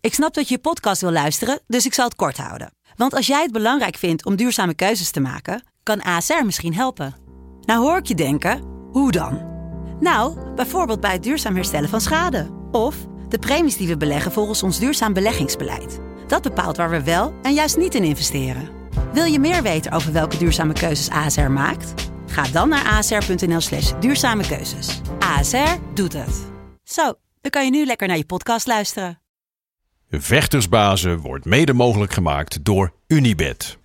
Ik snap dat je podcast wil luisteren, dus ik zal het kort houden. Want als jij het belangrijk vindt om duurzame keuzes te maken, kan ASR misschien helpen. Nou hoor ik je denken, hoe dan? Nou, bijvoorbeeld bij het duurzaam herstellen van schade. Of de premies die we beleggen volgens ons duurzaam beleggingsbeleid. Dat bepaalt waar we wel en juist niet in investeren. Wil je meer weten over welke duurzame keuzes ASR maakt? Ga dan naar asr.nl/duurzame keuzes. ASR doet het. Zo, dan kan je nu lekker naar je podcast luisteren. Vechtersbazen wordt mede mogelijk gemaakt door Unibet.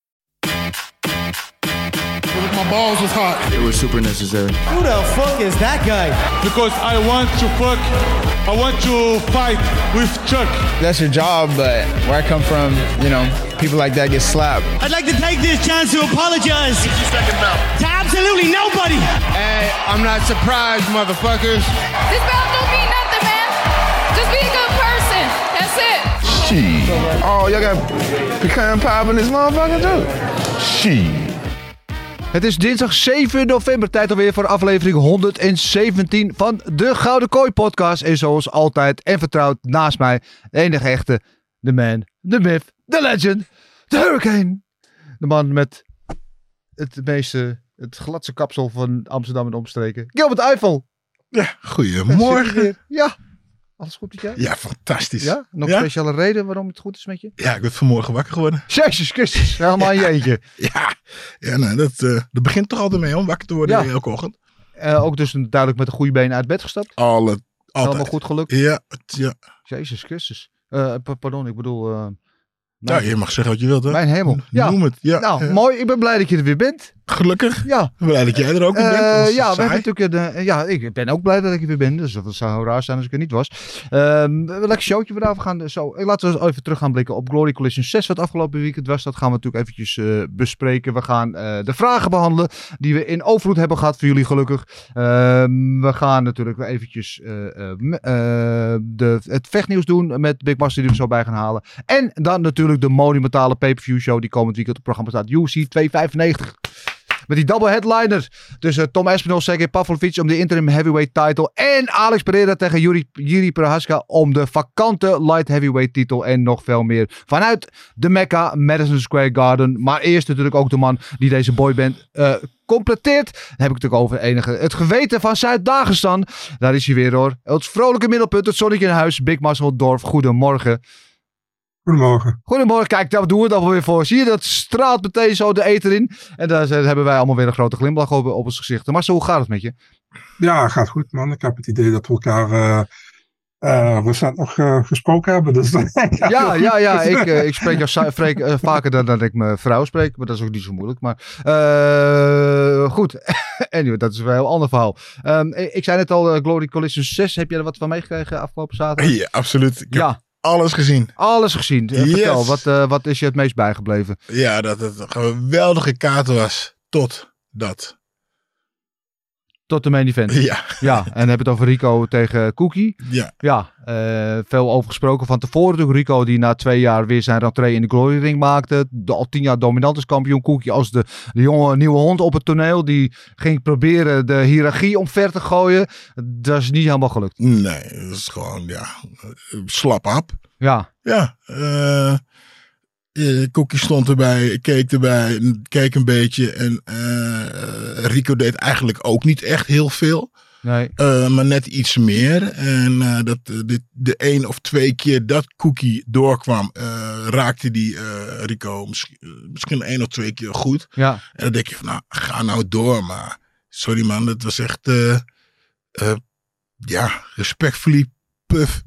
My balls was hot. It was super necessary. Who the fuck is that guy? Because I want to fight with Chuck. That's your job, but where I come from, people like that get slapped. I'd like to take this chance to apologize to absolutely nobody. Hey, I'm not surprised, motherfuckers. This belt don't mean nothing, man. Just be a good person. That's it. Shit. Oh, y'all got pecan pie in this motherfucker too? Shit. Het is dinsdag 7 november, tijd alweer voor aflevering 117 van de Gouden Kooi podcast. En zoals altijd en vertrouwd naast mij, de enige echte, de man, de myth, de legend, de hurricane. De man met het gladste kapsel van Amsterdam en omstreken. Gilbert Eiffel. Ja, goedemorgen. Ja, alles goed met jij? Ja, fantastisch. Ja? Nog een speciale reden waarom het goed is met je? Ja, ik ben vanmorgen wakker geworden. Jezus Christus, helemaal in je eentje. Ja, nou, dat begint toch altijd mee om wakker te worden elke ochtend. Ook dus duidelijk met een goede been uit bed gestapt. Altijd. Helemaal goed gelukt. Ja. Jezus Christus. Pardon, ik bedoel... Ja, je mag zeggen wat je wilt, hè? Mijn hemel. Noem het. Ja, nou, mooi. Ik ben blij dat je er weer bent. Gelukkig. Ja. Blij dat jij er ook weer bent. Ja, we hebben natuurlijk ik ben ook blij dat ik er weer ben. Dus dat zou raar zijn als ik er niet was. Lekker showtje vandaag. We gaan laten we even terug gaan blikken op Glory Collision 6. Wat afgelopen weekend was. Dat gaan we natuurlijk eventjes bespreken. We gaan de vragen behandelen die we in overvloed hebben gehad voor jullie gelukkig. We gaan natuurlijk weer eventjes het vechtnieuws doen met Big Master die we zo bij gaan halen. En dan natuurlijk de monumentale pay-per-view show die komend weekend op het programma staat. UFC 295. Met die double headliner tussen Tom Aspinall, Sergey Pavlovich om de interim heavyweight title. En Alex Pereira tegen Jiri Prochazka om de vakante light heavyweight titel. En nog veel meer vanuit de Mecca, Madison Square Garden. Maar eerst natuurlijk ook de man die deze boyband completeert. Dan heb ik natuurlijk over het geweten van Zuid-Dagestan. Daar is hij weer hoor. Het vrolijke middelpunt, het zonnetje in huis. Big Muscle Dorf, goedemorgen. Goedemorgen, kijk, daar doen we het alweer voor. Zie je, dat straalt meteen zo de ether in. En daar hebben wij allemaal weer een grote glimlach op ons gezicht. Maar hoe gaat het met je? Ja, gaat goed man. Ik heb het idee dat we elkaar recent nog gesproken hebben. Dus ja. Ik spreek jou vaker dan ik mijn vrouw spreek. Maar dat is ook niet zo moeilijk. Maar goed. Anyway, dat is wel een heel ander verhaal. Ik zei net al, Glory Collision 6. Heb jij er wat van meegekregen afgelopen zaterdag? Ja, absoluut. Alles gezien. Vertel, wat is je het meest bijgebleven? Ja, dat het een geweldige kaart was. Tot de main event. Ja, en dan heb je het over Rico tegen Cookie. Ja, veel over gesproken van tevoren. Natuurlijk Rico die na 2 jaar weer zijn rentree in de Glory Ring maakte. Al 10 jaar dominant is kampioen. Cookie als de jonge nieuwe hond op het toneel. Die ging proberen de hiërarchie omver te gooien. Dat is niet helemaal gelukt. Nee, dat is gewoon, slap op. Ja. Ja, Cookie stond erbij, keek een beetje. En Rico deed eigenlijk ook niet echt heel veel. Nee. Maar net iets meer. En de 1 of 2 keer dat Cookie doorkwam, raakte die Rico misschien 1 of 2 keer goed. Ja. En dan denk je van, ga nou door. Maar sorry man, dat was echt, respectfully puff.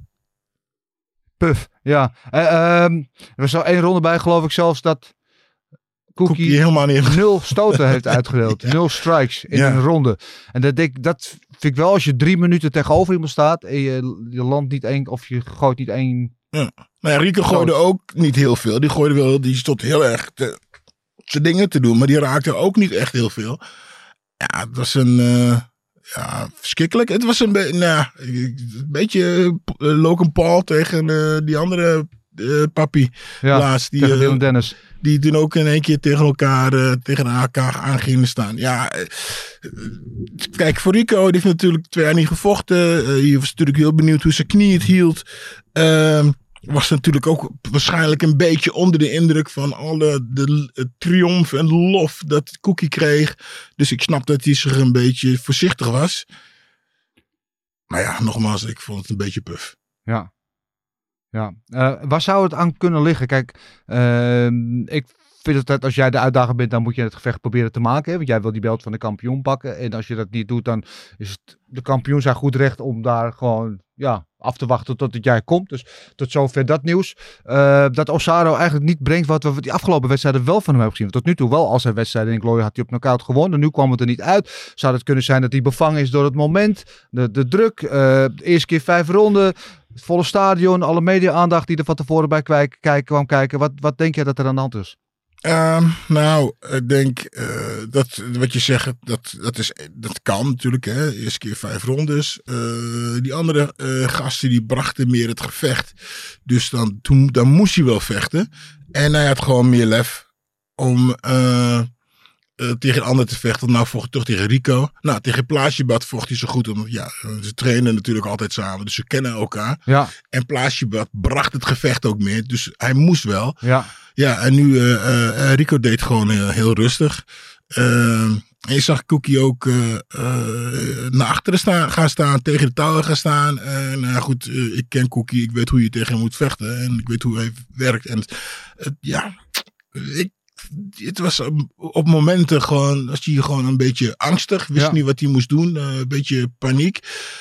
Ja. Er was zo 1 ronde bij, geloof ik zelfs, dat Cookie helemaal niet 0 stoten heeft uitgedeeld. 0 strikes in een ronde. En dat vind ik wel, als je 3 minuten tegenover iemand staat en je landt niet 1 of je gooit niet 1. Ja. Maar Rico gooide ook niet heel veel. Die stond heel erg zijn dingen te doen, maar die raakte ook niet echt heel veel. Ja, het was verschrikkelijk. Het was een beetje Logan Paul tegen die andere papi. Ja, laatst, tegen Dylan Dennis. Die toen ook in één keer tegen elkaar aan gingen staan. Ja, kijk, voor Rico, die heeft natuurlijk 2 jaar niet gevochten. Je was natuurlijk heel benieuwd hoe zijn knie het hield. was natuurlijk ook waarschijnlijk een beetje onder de indruk van alle de triomf en lof dat Cookie kreeg. Dus ik snap dat hij zich een beetje voorzichtig was. Maar ja, nogmaals, ik vond het een beetje puf. Ja. Waar zou het aan kunnen liggen? Kijk, ik vind het als jij de uitdager bent, dan moet je het gevecht proberen te maken. Hè? Want jij wil die belt van de kampioen pakken. En als je dat niet doet, dan is het de kampioen zijn goed recht om daar gewoon af te wachten tot het jij komt. Dus tot zover dat nieuws. Dat Osaro eigenlijk niet brengt wat we die afgelopen wedstrijden wel van hem hebben gezien. Tot nu toe wel al zijn wedstrijden in Glory had hij op knockout gewonnen. Nu kwam het er niet uit. Zou het kunnen zijn dat hij bevangen is door het moment. De druk. De eerste keer 5 ronden. Het volle stadion. Alle media-aandacht die er van tevoren bij kwam kijken. Wat denk jij dat er aan de hand is? Ik denk dat wat je zegt, dat kan natuurlijk. Hè. Eerste keer 5 rondes. Die andere gasten die brachten meer het gevecht. Dus dan moest hij wel vechten. En hij had gewoon meer lef om tegen een ander te vechten. Nou vocht hij toch tegen Rico. Nou, tegen Plaasjebat vocht hij zo goed. Omdat, ze trainen natuurlijk altijd samen. Dus ze kennen elkaar. Ja. En Plaasjebat bracht het gevecht ook meer. Dus hij moest wel. Ja, en nu Rico deed gewoon heel rustig. En je zag Cookie ook naar achteren gaan staan, tegen de touwen gaan staan. En goed, ik ken Cookie, ik weet hoe je tegen hem moet vechten. En ik weet hoe hij werkt. En het was op momenten gewoon, was hij gewoon een beetje angstig. Wist niet wat hij moest doen, een beetje paniek.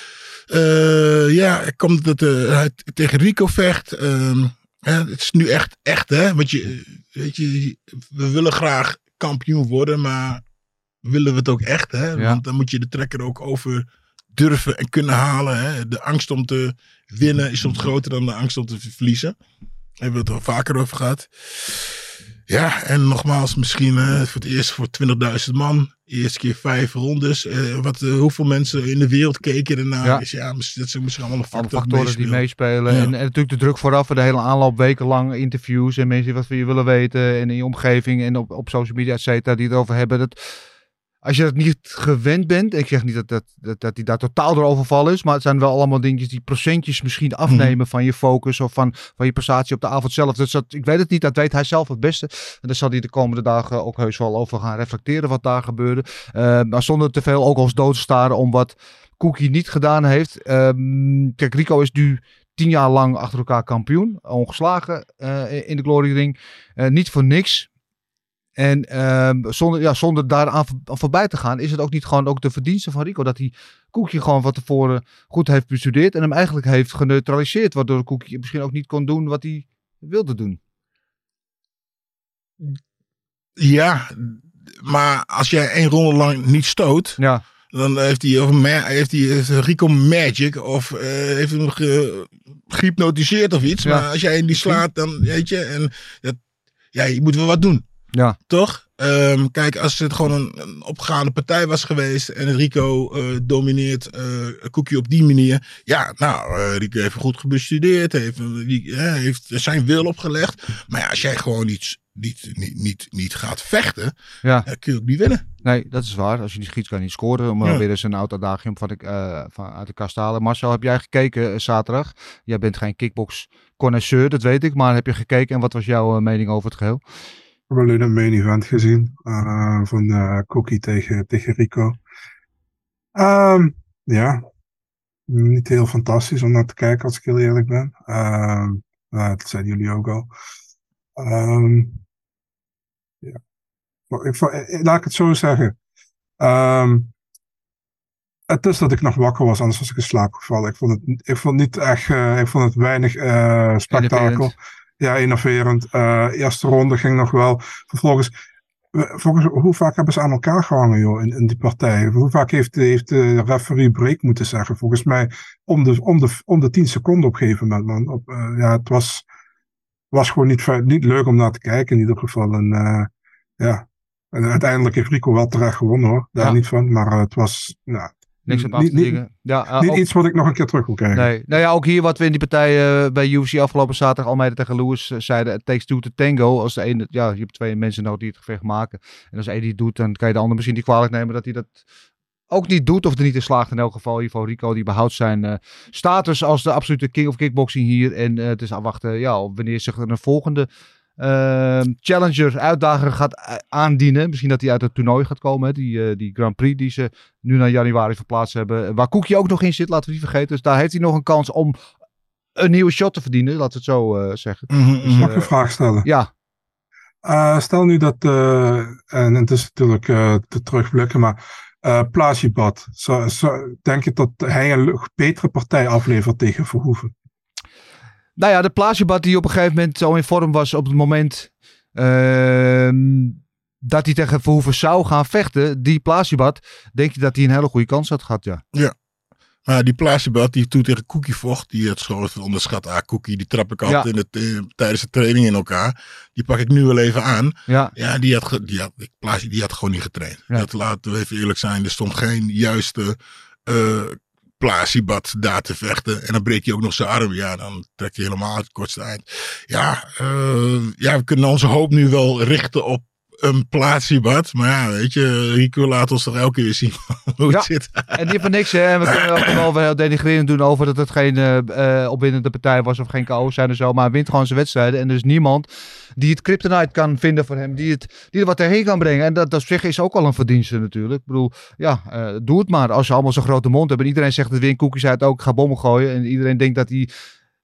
Komt dat hij tegen Rico vecht. Het is nu echt hè. Want weet je, we willen graag kampioen worden, maar willen we het ook echt, hè? Ja. Want dan moet je de trekker ook over durven en kunnen halen. Hè? De angst om te winnen is soms groter dan de angst om te verliezen. Daar hebben we het al vaker over gehad. Ja, en nogmaals, misschien voor het eerst voor 20.000 man. Eerste keer 5 rondes. Hoeveel mensen in de wereld keken ernaar. Ja. Dat zijn misschien allemaal factoren die meespelen. Ja. En natuurlijk de druk vooraf. De hele aanloop, wekenlang interviews. En mensen die wat van je willen weten. En in je omgeving en op social media, et cetera, die het over hebben. Als je dat niet gewend bent. Ik zeg niet dat hij daar totaal door overvallen is. Maar het zijn wel allemaal dingetjes die procentjes misschien afnemen van je focus. Of van je prestatie op de avond zelf. Dus ik weet het niet. Dat weet hij zelf het beste. En daar zal hij de komende dagen ook heus wel over gaan reflecteren wat daar gebeurde. Maar zonder te veel ook als dood te staren om wat Cookie niet gedaan heeft. Kijk, Rico is nu 10 jaar lang achter elkaar kampioen. Ongeslagen in de Glory Ring. Niet voor niks. En zonder daaraan voorbij te gaan, is het ook niet gewoon ook de verdienste van Rico dat hij Cookie gewoon van tevoren goed heeft bestudeerd en hem eigenlijk heeft geneutraliseerd, waardoor Cookie misschien ook niet kon doen wat hij wilde doen. Ja, maar als jij 1 ronde lang niet stoot, dan heeft hij Rico Magic of heeft hij nog gehypnotiseerd of iets. Ja. Maar als jij die slaat, dan weet je, en je moet wel wat doen. Ja. Toch? Kijk, als het gewoon een opgaande partij was geweest en Rico domineert Cookie op die manier. Ja, Rico heeft goed gebestudeerd, heeft zijn wil opgelegd. Maar ja, als jij gewoon niet gaat vechten, kun je ook niet winnen. Nee, dat is waar. Als je niet schiet, kan je niet scoren. Om weer eens een oud adagium van uit de kast te halen. Marcel, heb jij gekeken zaterdag? Jij bent geen kickbox connoisseur, dat weet ik. Maar heb je gekeken en wat was jouw mening over het geheel? Ik heb alleen een main event gezien van Cookie tegen Rico. Niet heel fantastisch om naar te kijken als ik heel eerlijk ben. Dat zeiden jullie ook al. Laat ik het zo zeggen. Het is dat ik nog wakker was, anders was ik in slaap gevallen. Ik vond het weinig spektakel. Ja, innoverend. Eerste ronde ging nog wel. Vervolgens, hoe vaak hebben ze aan elkaar gehangen, joh, in die partij? Hoe vaak heeft de referee break moeten zeggen? Volgens mij om de 10 seconden op een gegeven moment, man. Het was gewoon niet leuk om naar te kijken, in ieder geval. En uiteindelijk heeft Rico wel terecht gewonnen, hoor. Daar niet van. Maar het was, niks op af te dingen. Niet iets wat ik nog een keer terug wil kijken. Nee. Nou ja, ook hier wat we in die partij bij UFC afgelopen zaterdag Almeida tegen Lewis zeiden. It takes two to tango. Als de ene, je hebt 2 mensen nodig die het gevecht maken. En als één die het doet, dan kan je de ander misschien niet kwalijk nemen dat hij dat ook niet doet of er niet in slaagt in elk geval. In ieder geval Rico die behoudt zijn status als de absolute king of kickboxing hier. En het is afwachten wanneer zich een volgende challenger, uitdager gaat aandienen. Misschien dat hij uit het toernooi gaat komen. Hè? Die Grand Prix die ze nu naar januari verplaatst hebben. Waar Cookie ook nog in zit, laten we niet vergeten. Dus daar heeft hij nog een kans om een nieuwe shot te verdienen. Laten we het zo zeggen. Dus, mag ik een vraag stellen? Ja. Stel nu dat, en het is natuurlijk te terugblikken, maar Plasibat, denk je dat hij een betere partij aflevert tegen Verhoeven? Nou ja, de Plasibat die op een gegeven moment zo in vorm was op het moment dat hij tegen Verhoeven zou gaan vechten, die Plasibat, denk je dat hij een hele goede kans had gehad, ja. Ja. Maar die Plasibat die toen tegen Cookie vocht, die het schoot onderschat. Cookie, die trap ik altijd tijdens de training in elkaar. Die pak ik nu wel even aan. Ja, die had gewoon niet getraind. Ja. Dat, laten we even eerlijk zijn. Er stond geen juiste Plasibat daar te vechten. En dan breekt hij ook nog zijn arm. Ja, dan trekt hij helemaal het kortste eind. We kunnen onze hoop nu wel richten op een Plasibat. Maar ja, weet je, Rico laat ons toch elke keer zien hoe het zit. En die van niks, hè. En we kunnen ook wel denigrerend doen over dat het geen opwinnende partij was of geen KO's zijn en zo. Maar hij wint gewoon zijn wedstrijden. En er is niemand die het kryptonite kan vinden voor hem. Die er wat tegen kan brengen. En dat op zich is ook al een verdienste natuurlijk. Ik bedoel, doe het maar. Als je allemaal zo'n grote mond hebt. En iedereen zegt dat Win Cookies uit ook gaat bommen gooien. En iedereen denkt dat hij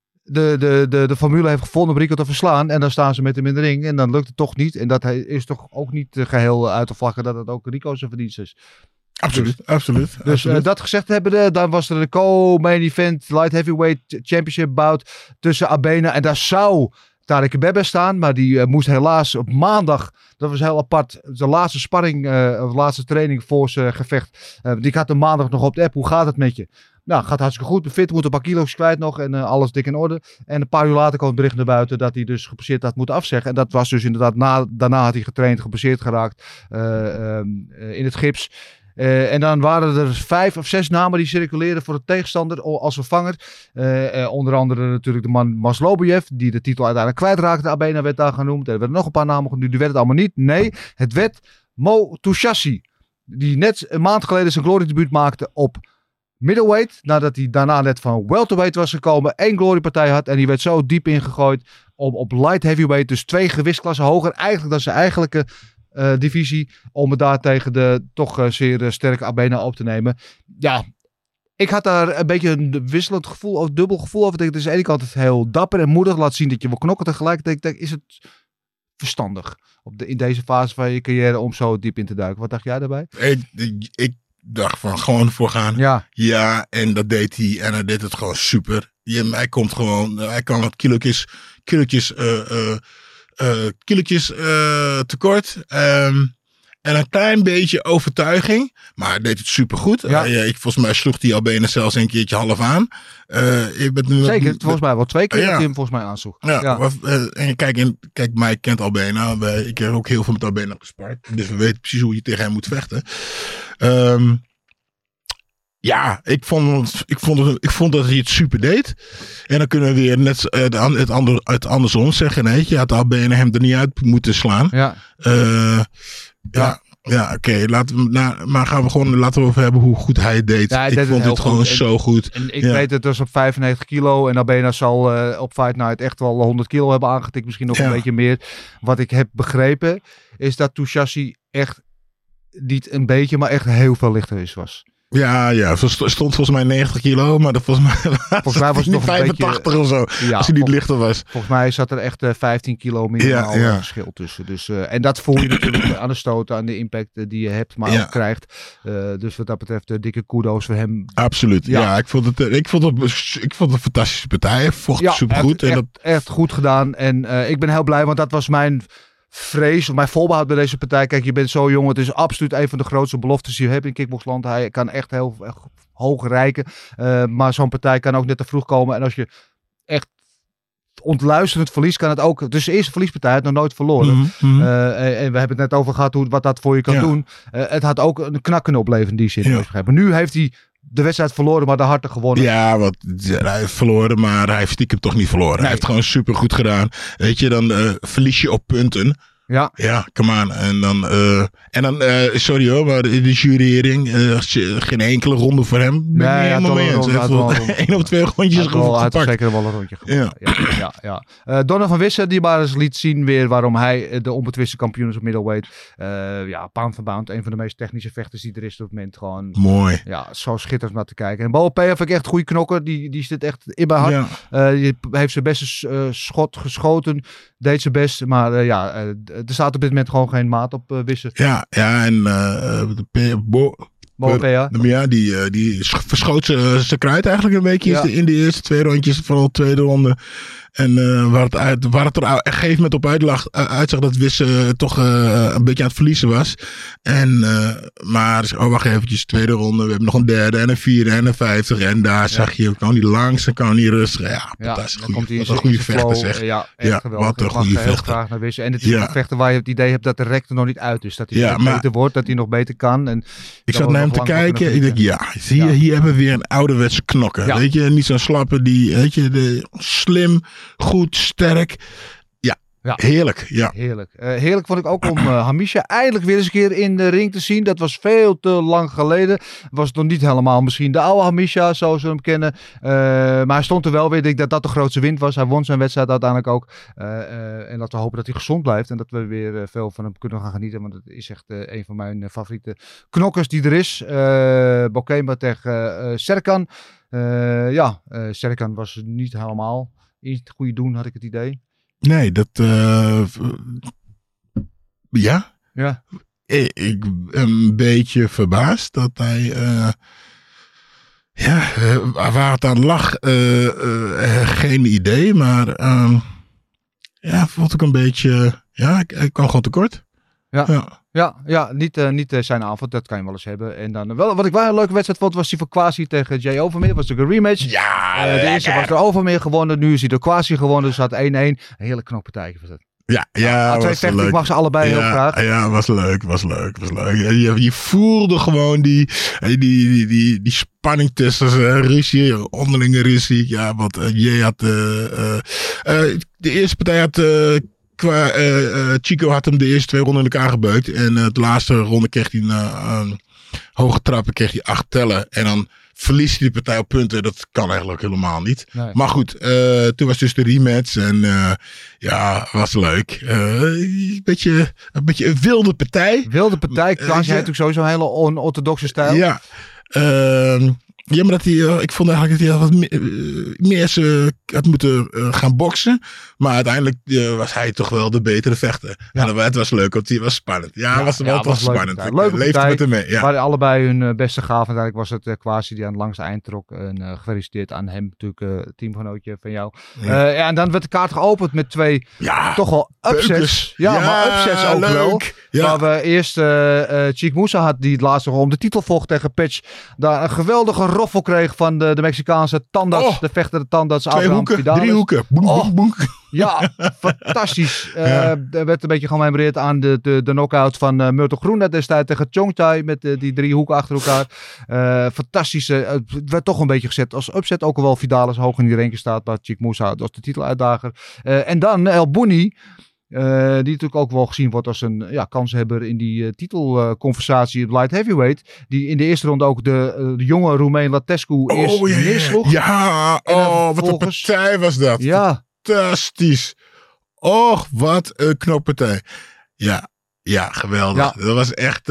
de formule heeft gevonden om Rico te verslaan. En dan staan ze met hem in de ring. En dan lukt het toch niet. En dat is toch ook niet geheel uit te vlakken dat het ook Rico zijn verdienst is. Absoluut. Dus dat gezegd hebben, dan was er de co-main event Light Heavyweight Championship bout tussen Abena. En daar zou Tarek Bebe staan. Maar die moest helaas op maandag, dat was heel apart, de laatste sparring, of laatste training voor zijn gevecht. Die had hem maandag nog op de app. Hoe gaat het met je? Nou, gaat hartstikke goed. Fit, moet een paar kilo's kwijt nog en alles dik in orde. En een paar uur later kwam het bericht naar buiten dat hij dus gepasseerd had moeten afzeggen. En dat was dus inderdaad, daarna had hij getraind, gepasseerd geraakt in het gips. En dan waren er 5 of 6 namen die circuleerden voor de tegenstander als vervanger. Onder andere natuurlijk de man Maslobiev, die de titel uiteindelijk kwijtraakte. Abena werd daar genoemd. Er werden nog een paar namen genoemd. Die werd het allemaal niet. Nee, het werd Mo Touchassi. Die net een maand geleden zijn glory-debuut maakte op middleweight. Nadat hij daarna net van welterweight was gekomen. 1 glorypartij had. En die werd zo diep ingegooid om op light heavyweight. Dus 2 gewichtsklassen hoger. Eigenlijk dan zijn eigenlijke divisie. Om het daar tegen de toch zeer sterke Abena op te nemen. Ja, ik had daar een beetje een wisselend gevoel. Of dubbel gevoel over. Het is aan de ene kant het heel dapper en moedig. Laat zien dat je wil knokken. Tegelijkertijd is het verstandig. In deze fase van je carrière om zo diep in te duiken. Wat dacht jij daarbij? Ik dacht van gewoon voor gaan. Ja, en dat deed hij. En hij deed het gewoon super. Hij komt gewoon, hij kan wat kilootjes tekort. En een klein beetje overtuiging. Maar hij deed het super goed. Ja. Volgens mij sloeg hij Abena zelfs een keertje half aan. Zeker, volgens mij wel 2 keer dat hij hem volgens mij aansloeg. En kijk, mij kent Abena. Ik heb ook heel veel met Abena gespart. Dus we weten precies hoe je tegen hem moet vechten. Ik vond dat hij het super deed. En dan kunnen we weer net het andersom zeggen. Nee, je had Abena hem er niet uit moeten slaan. Oké. Laten we over hebben hoe goed hij het deed. Ja, ik vond het gewoon zo goed. En ik weet het was op 95 kilo. En Abena zal op Fight Night echt wel 100 kilo hebben aangetikt. Misschien nog een beetje meer. Wat ik heb begrepen is dat Touchassi echt niet een beetje, maar echt heel veel lichter was. Ja, stond volgens mij 90 kilo, maar volgens mij was het nog 85 of zo, als hij niet lichter was. Volgens mij zat er echt 15 kilo minimaal verschil tussen. Dus, en dat voel je natuurlijk aan de stoten, aan de impact die je hebt, maar ook krijgt. Dus wat dat betreft, dikke kudo's voor hem. Absoluut, ik vond het een fantastische partij. Hij vocht supergoed. Echt goed gedaan. En ik ben heel blij, want dat was mijn vrees of mijn voorbehoud bij deze partij. Kijk, je bent zo jong. Het is absoluut een van de grootste beloftes die je hebt in kickboxland. Hij kan echt heel hoog reiken. Maar zo'n partij kan ook net te vroeg komen. En als je echt ontluisterend verliest, kan het ook. Dus de eerste verliespartij had nog nooit verloren. En we hebben het net over gehad wat dat voor je kan doen. Het had ook een knak kunnen opleveren in die zin. Maar nu heeft hij de wedstrijd verloren, maar de harte gewonnen. Ja, hij heeft verloren, maar hij heeft stiekem toch niet verloren. Nee. Hij heeft gewoon super goed gedaan. Weet je, dan verlies je op punten. Ja, come on. En dan, sorry hoor, maar de jurering, geen enkele ronde voor hem. Ben ik niet helemaal mee eens. 1 of 2 rondjes gepakt. Hij had zeker wel een rondje gepakt. Ja. Donovan Wisse, die maar eens liet zien weer waarom hij de onbetwiste kampioen is op middleweight. Pound for pound, een van de meest technische vechters die er is op het moment. Gewoon, mooi. Ja, zo schitterend naar te kijken. En Bo Peja vind ik echt een goede knokker. Die zit echt in mijn hart. Die heeft zijn beste schot geschoten. Deed zijn best. Maar er staat op dit moment gewoon geen maat op Wisse. Ja, en Bo Peja. Ja, die verschoot zijn kruid eigenlijk een beetje in de eerste 2 rondjes. Vooral de tweede ronde. En waar het er op een gegeven moment op uitzag dat Wisse toch een beetje aan het verliezen was. Maar wacht eventjes, tweede ronde. We hebben nog een derde en een vierde en een 50. En daar zag je ook nog niet langs en kan niet rustig. Ja, fantastisch. Wat een goede vechter zeg. Ja, wat een goede vechter. Naar Wisse. En het is een vechter waar je het idee hebt dat de rek er nog niet uit is. Dat hij beter wordt, dat hij nog beter kan. En ik zat naar hem te kijken. Ik dacht, zie je, hier hebben we weer een ouderwetse knokker. Ja. Weet je, niet zo'n slappe slim, goed, sterk. Ja, heerlijk. Ja. Heerlijk vond ik ook om Hamisha eindelijk weer eens een keer in de ring te zien. Dat was veel te lang geleden. Was nog niet helemaal misschien de oude Hamisha, zoals we hem kennen. Maar hij stond er wel weer. Ik denk dat de grootste winst was. Hij won zijn wedstrijd uiteindelijk ook. En laten we hopen dat hij gezond blijft. En dat we weer veel van hem kunnen gaan genieten. Want het is echt een van mijn favoriete knokkers die er is. Bokemba tegen Serkan. Serkan was niet helemaal in het goede doen, had ik het idee. Nee, dat... Ja? Ja. Ik ben een beetje verbaasd dat hij... waar het aan lag, geen idee. Maar vond ik een beetje... Ja, ik kwam gewoon tekort. Ja, niet zijn avond, dat kan je wel eens hebben. En dan wat ik wel een leuke wedstrijd vond, was die van Kwasi tegen Jay Overmeer. Dat was natuurlijk een rematch. Ja, de eerste was er Overmeer gewonnen, nu is hij door Kwasi gewonnen. Dus had 1-1. Een hele knappe partij was dat. Ja, twee vechten, ik mag ze allebei heel graag. Ja, was leuk. Je voelde gewoon die spanning tussen ze, ruzie, onderlinge ruzie. Ja, want Jay had de eerste partij had... Chico had hem de eerste 2 ronden in elkaar gebeukt. En de laatste ronde kreeg hij een hoge trappen, kreeg hij 8 tellen. En dan verliest hij de partij op punten. Dat kan eigenlijk helemaal niet. Nee. Maar goed, toen was dus de rematch. En was leuk. Een beetje een wilde partij. Kwasi heeft natuurlijk sowieso een hele onorthodoxe stijl. Ja. Ja, maar ik vond eigenlijk dat hij wat meer had moeten gaan boksen. Maar uiteindelijk was hij toch wel de betere vechter. Ja. En het was leuk, want hij was spannend. Het was spannend. Ik leefde met hem mee. Ja. Waar allebei hun beste gaven. Uiteindelijk was het Kwasi die aan het langste eind trok. En gefeliciteerd aan hem, natuurlijk teamgenootje van jou. En dan werd de kaart geopend met 2 toch wel upsets. Maar upsets ook leuk. Wel. Ja. Waar we eerst Cheek Moussa had, die het laatste om de titel vocht tegen Patch. Daar een geweldige roffel kreeg van de Mexicaanse tandarts. De vechter de tandarts. 2 hoeken, 3 hoeken. Boek. Ja, fantastisch. Er werd een beetje gememoreerd aan de knockout van Murtel Groen destijds tegen Chongtai met die 3 hoeken achter elkaar. Fantastisch. Het werd toch een beetje gezet als upset. Ook al wel Vidalis hoog in die ranking staat, maar Cheek Moussa als de titeluitdager. En dan El Bouni. Die natuurlijk ook wel gezien wordt als een kanshebber in die titelconversatie op light heavyweight. Die in de eerste ronde ook de jonge Roemeen Latescu eerst neersloeg. Ja, wat een partij was dat. Ja. Fantastisch. Och, wat een knoppartij. Ja, geweldig. Ja. Dat was echt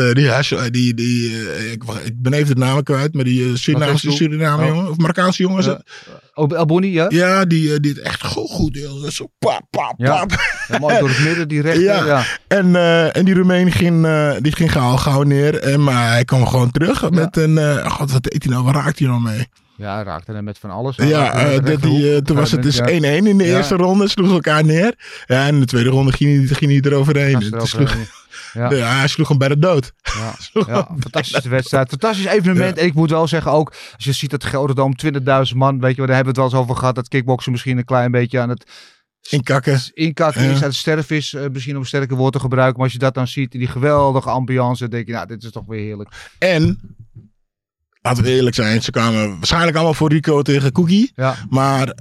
ik ben even de namen kwijt, maar die Suriname jongen, of Marokkaanse jongen. El Bouni, ja? Ja, die het echt goed deelde. Zo pap. Ja, mooi door het midden, die rechter. Ja. En die Roemeen ging gauw neer. Maar hij kwam gewoon terug met een... God, wat deed hij nou? Waar raakte hij nou mee? Ja, hij raakte hem met van alles. Toen was het dus 1-1 in de eerste ronde. Sloegen elkaar neer. Ja, en in de tweede ronde ging hij eroverheen. Hij sloeg hem bij de dood. Fantastische wedstrijd. Fantastisch evenement. En ik moet wel zeggen ook, als je ziet dat Gelderdoom 20.000 man, weet je, daar hebben we het wel eens over gehad, dat kickboksen misschien een klein beetje aan het inkakken is, uit sterfis, misschien om een sterker woord te gebruiken. Maar als je dat dan ziet, in die geweldige ambiance, dan denk je, nou, dit is toch weer heerlijk. En laten we eerlijk zijn, ze kwamen waarschijnlijk allemaal voor Rico tegen Cookie. Ja. Maar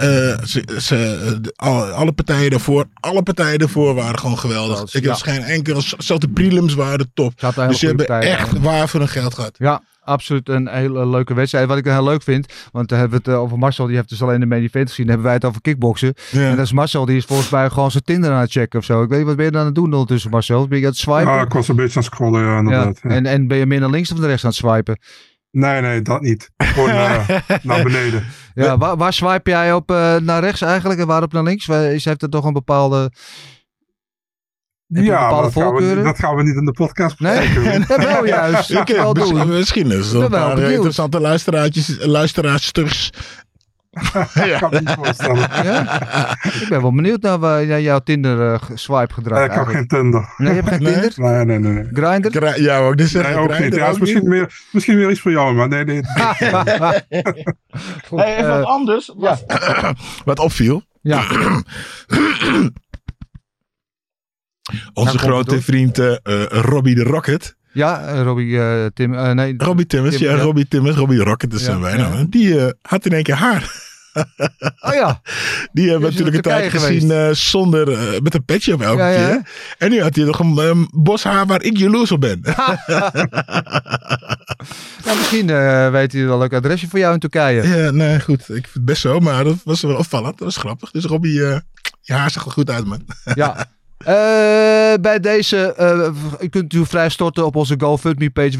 alle partijen daarvoor waren gewoon geweldig. Ik heb geen enkel, zelfs de prelims waren top. Dus ze hebben echt waar voor hun geld gehad. Ja, absoluut een hele leuke wedstrijd. Wat ik heel leuk vind, want dan hebben we het over Marcel, die heeft dus alleen de main event gezien. Dan hebben wij het over kickboksen. Ja. En dat is Marcel, die is volgens mij gewoon zijn Tinder aan het checken of zo. Ik weet niet, wat ben je dan aan het doen ondertussen, Marcel? Ben je aan het swipen? Ja, ik was een beetje aan het scrollen, ja, inderdaad. Ja. En ben je meer naar links of naar rechts aan het swipen? Nee, dat niet. Gewoon naar beneden. Ja, waar swipe jij op naar rechts eigenlijk en waarop naar links? Heeft het toch een bepaalde... Ja, dat gaan we niet in de podcast bespreken. Nee, dat wel juist. Dat wel doen. Misschien is het een paar interessante luisteraarsters. Ik kan me niet voorstellen. Ja? Ik ben wel benieuwd naar jouw Tinder swipe gedrag. Ik heb geen Tinder. Nee, je hebt geen Tinder? Nee. Grindr? Ja, ook dus zeggen. Nee, ook niet. Ja, misschien meer iets voor jou, maar nee. Goed, wat anders. Wat opviel. Ja. Onze grote vriend Robbie de Rocket. Ja, Robbie Timmers. Robbie Timmers, ja, Robbie Timmers. Robbie de Rocket, dat zijn wij nou. Die had in één keer haar. Oh ja. Die hebben natuurlijk een tijd gezien zonder, met een petje op elke keer. Ja. En nu had hij nog een bos haar waar ik jaloers op ben. Misschien weet hij wel een leuk adresje voor jou in Turkije. Ja, nee, goed. Ik vind het best zo, maar dat was wel opvallend. Dat was grappig. Dus Robbie, je haar zag er goed uit, man. Ja. Bij deze, je kunt u vrij storten op onze GoFundMe page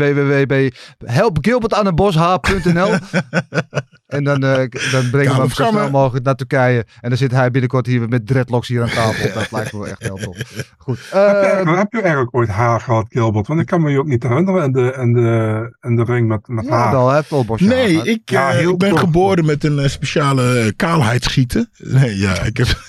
www.helpgilbertandenboshaar.nl en dan brengen we hem zo snel mogelijk naar Turkije. En dan zit hij binnenkort hier met dreadlocks hier aan tafel. Dat lijkt me wel echt heel tof. Goed. Heb je eigenlijk ooit haar gehad, Gilbert? Want ik kan me je ook niet herinneren in de ring met haar. Hij heeft wel bosje haar. Nee, ik ben geboren met een speciale kaalheidsgieten. Nee, ja, ik heb...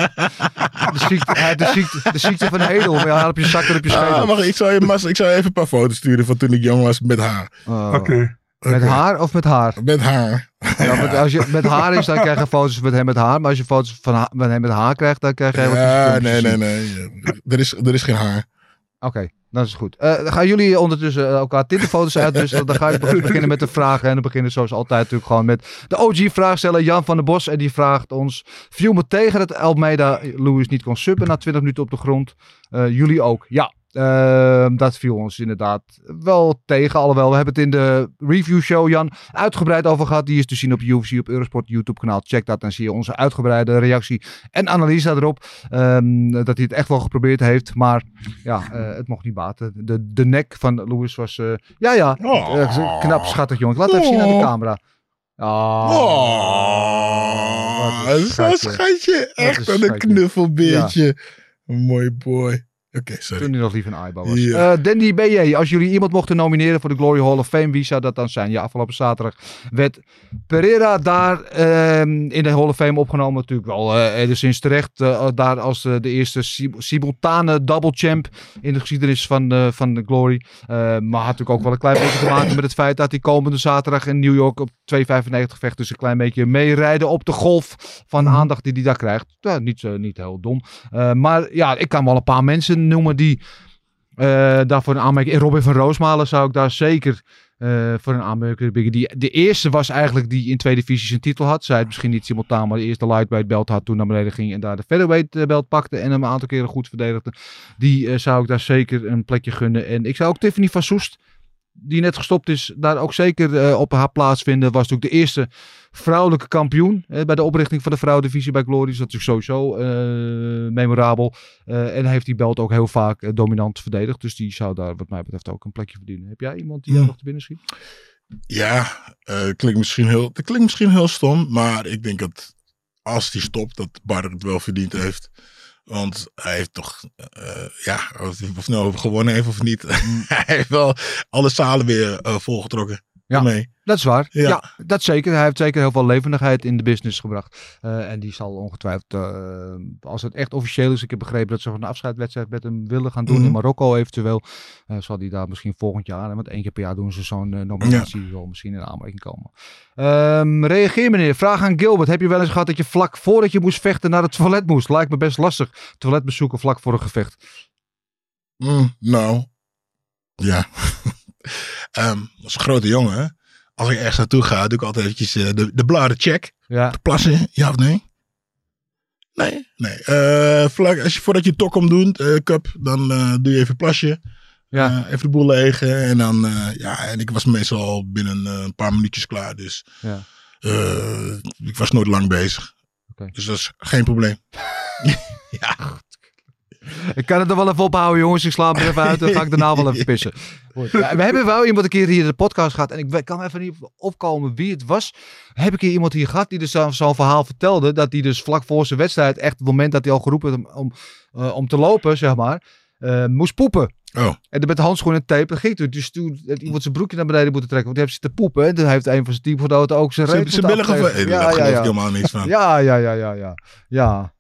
De ziekte van Hedel. Met haar op je zak en op je schedel. Maar ik zou je even een paar foto's sturen van toen ik jong was met haar. Oké. Met haar of met haar? Met haar. Ja, als je met haar is, dan krijg je foto's met hem met haar. Maar als je foto's van hem met haar krijgt, dan krijg je... Nee. Er is geen haar. Oké, dat is goed. Dan gaan jullie ondertussen elkaar Tinderfoto's uitwisselen. Dan ga je beginnen met de vragen. En dan beginnen zoals altijd natuurlijk gewoon met de OG-vraagsteller Jan van der Bos. En die vraagt ons: viel me tegen dat Almeida Lewis niet kon subben na 20 minuten op de grond? Jullie ook? Ja. Dat viel ons inderdaad wel tegen. Alhoewel, we hebben het in de review show, Jan, uitgebreid over gehad. Die is te zien op UFC, op Eurosport YouTube kanaal. Check dat, dan zie je onze uitgebreide reactie en analyse daarop. Dat hij het echt wel geprobeerd heeft. Maar ja, het mocht niet baten. De nek van Lewis was... knap schattig, jongen. Laat even zien aan de camera. Zo'n schatje. Echt een knuffelbeertje. Ja. Een mooi boy. Oké, sorry. Toen hij nog lief een eyeball was. Yeah. Dandy BJ, als jullie iemand mochten nomineren voor de Glory Hall of Fame, wie zou dat dan zijn? Ja, afgelopen zaterdag werd Pereira daar in de Hall of Fame opgenomen. Natuurlijk wel enigszins terecht. Daar als de eerste simultane double champ in de geschiedenis van de Glory. Maar had natuurlijk ook wel een klein beetje te maken met het feit dat hij komende zaterdag in New York op 2,95 vecht. Dus een klein beetje meerijden op de golf van aandacht die hij daar krijgt. Niet heel dom. Maar ja, ik kan wel een paar mensen noemen die daarvoor een aanmerking... Robin van Roosmalen zou ik daar zeker voor een aanmerking brengen. De eerste was eigenlijk die in 2 divisies een titel had. Zij het misschien niet simultaan, maar de eerste lightweight belt had, toen naar beneden ging en daar de featherweight belt pakte en hem een aantal keren goed verdedigde. Die zou ik daar zeker een plekje gunnen. En ik zou ook Tiffany van Soest, die net gestopt is, daar ook zeker op haar plaats vinden. Was natuurlijk de eerste vrouwelijke kampioen bij de oprichting van de vrouwendivisie bij Glory. Dus dat is sowieso memorabel. En heeft die belt ook heel vaak dominant verdedigd. Dus die zou daar wat mij betreft ook een plekje verdienen. Heb jij iemand die nog te binnen schiet? Ja, klinkt misschien heel stom. Maar ik denk dat als die stopt, dat Bar het wel verdiend heeft. Want hij heeft toch, of nou gewonnen heeft of niet. Hij heeft wel alle zalen weer volgetrokken. Ja, mee. Dat is waar. Ja, dat zeker. Hij heeft zeker heel veel levendigheid in de business gebracht. En die zal ongetwijfeld, als het echt officieel is, ik heb begrepen dat ze een afscheidwedstrijd met hem willen gaan doen in Marokko eventueel. Zal die daar misschien volgend jaar, want 1 keer per jaar doen ze zo'n nominatie, zal misschien in aanmerking komen. Reageer meneer. Vraag aan Gilbert. Heb je wel eens gehad dat je vlak voordat je moest vechten naar het toilet moest? Lijkt me best lastig. Toilet bezoeken vlak voor een gevecht. Nou, ja. Als een grote jongen, als ik ergens naartoe ga, doe ik altijd eventjes de bladen check. Ja. Plassen, ja of nee? Nee. Voordat je tok doet, cup, dan doe je even plasje. Ja. Even de boel legen. En dan, en ik was meestal al binnen een paar minuutjes klaar. Dus ik was nooit lang bezig. Okay. Dus dat is geen probleem. Ja. Ik kan het er wel even ophouden, jongens. Ik sla hem er even uit. Dan ga ik daarna wel even pissen. Ja, we hebben wel iemand een keer hier in de podcast gehad. En ik kan even niet opkomen wie het was. Heb ik hier iemand hier gehad die dus zo'n verhaal vertelde. Dat hij dus vlak voor zijn wedstrijd, echt het moment dat hij al geroepen om te lopen, zeg maar, moest poepen. Oh. En met de handschoen en tape ging toen. Dus toen had iemand zijn broekje naar beneden moeten trekken. Want hij heeft zitten poepen. En toen heeft een van zijn teamgenoten ook zijn reet Zijn billen geveegd. Daar geloof ik helemaal niks van. Ja.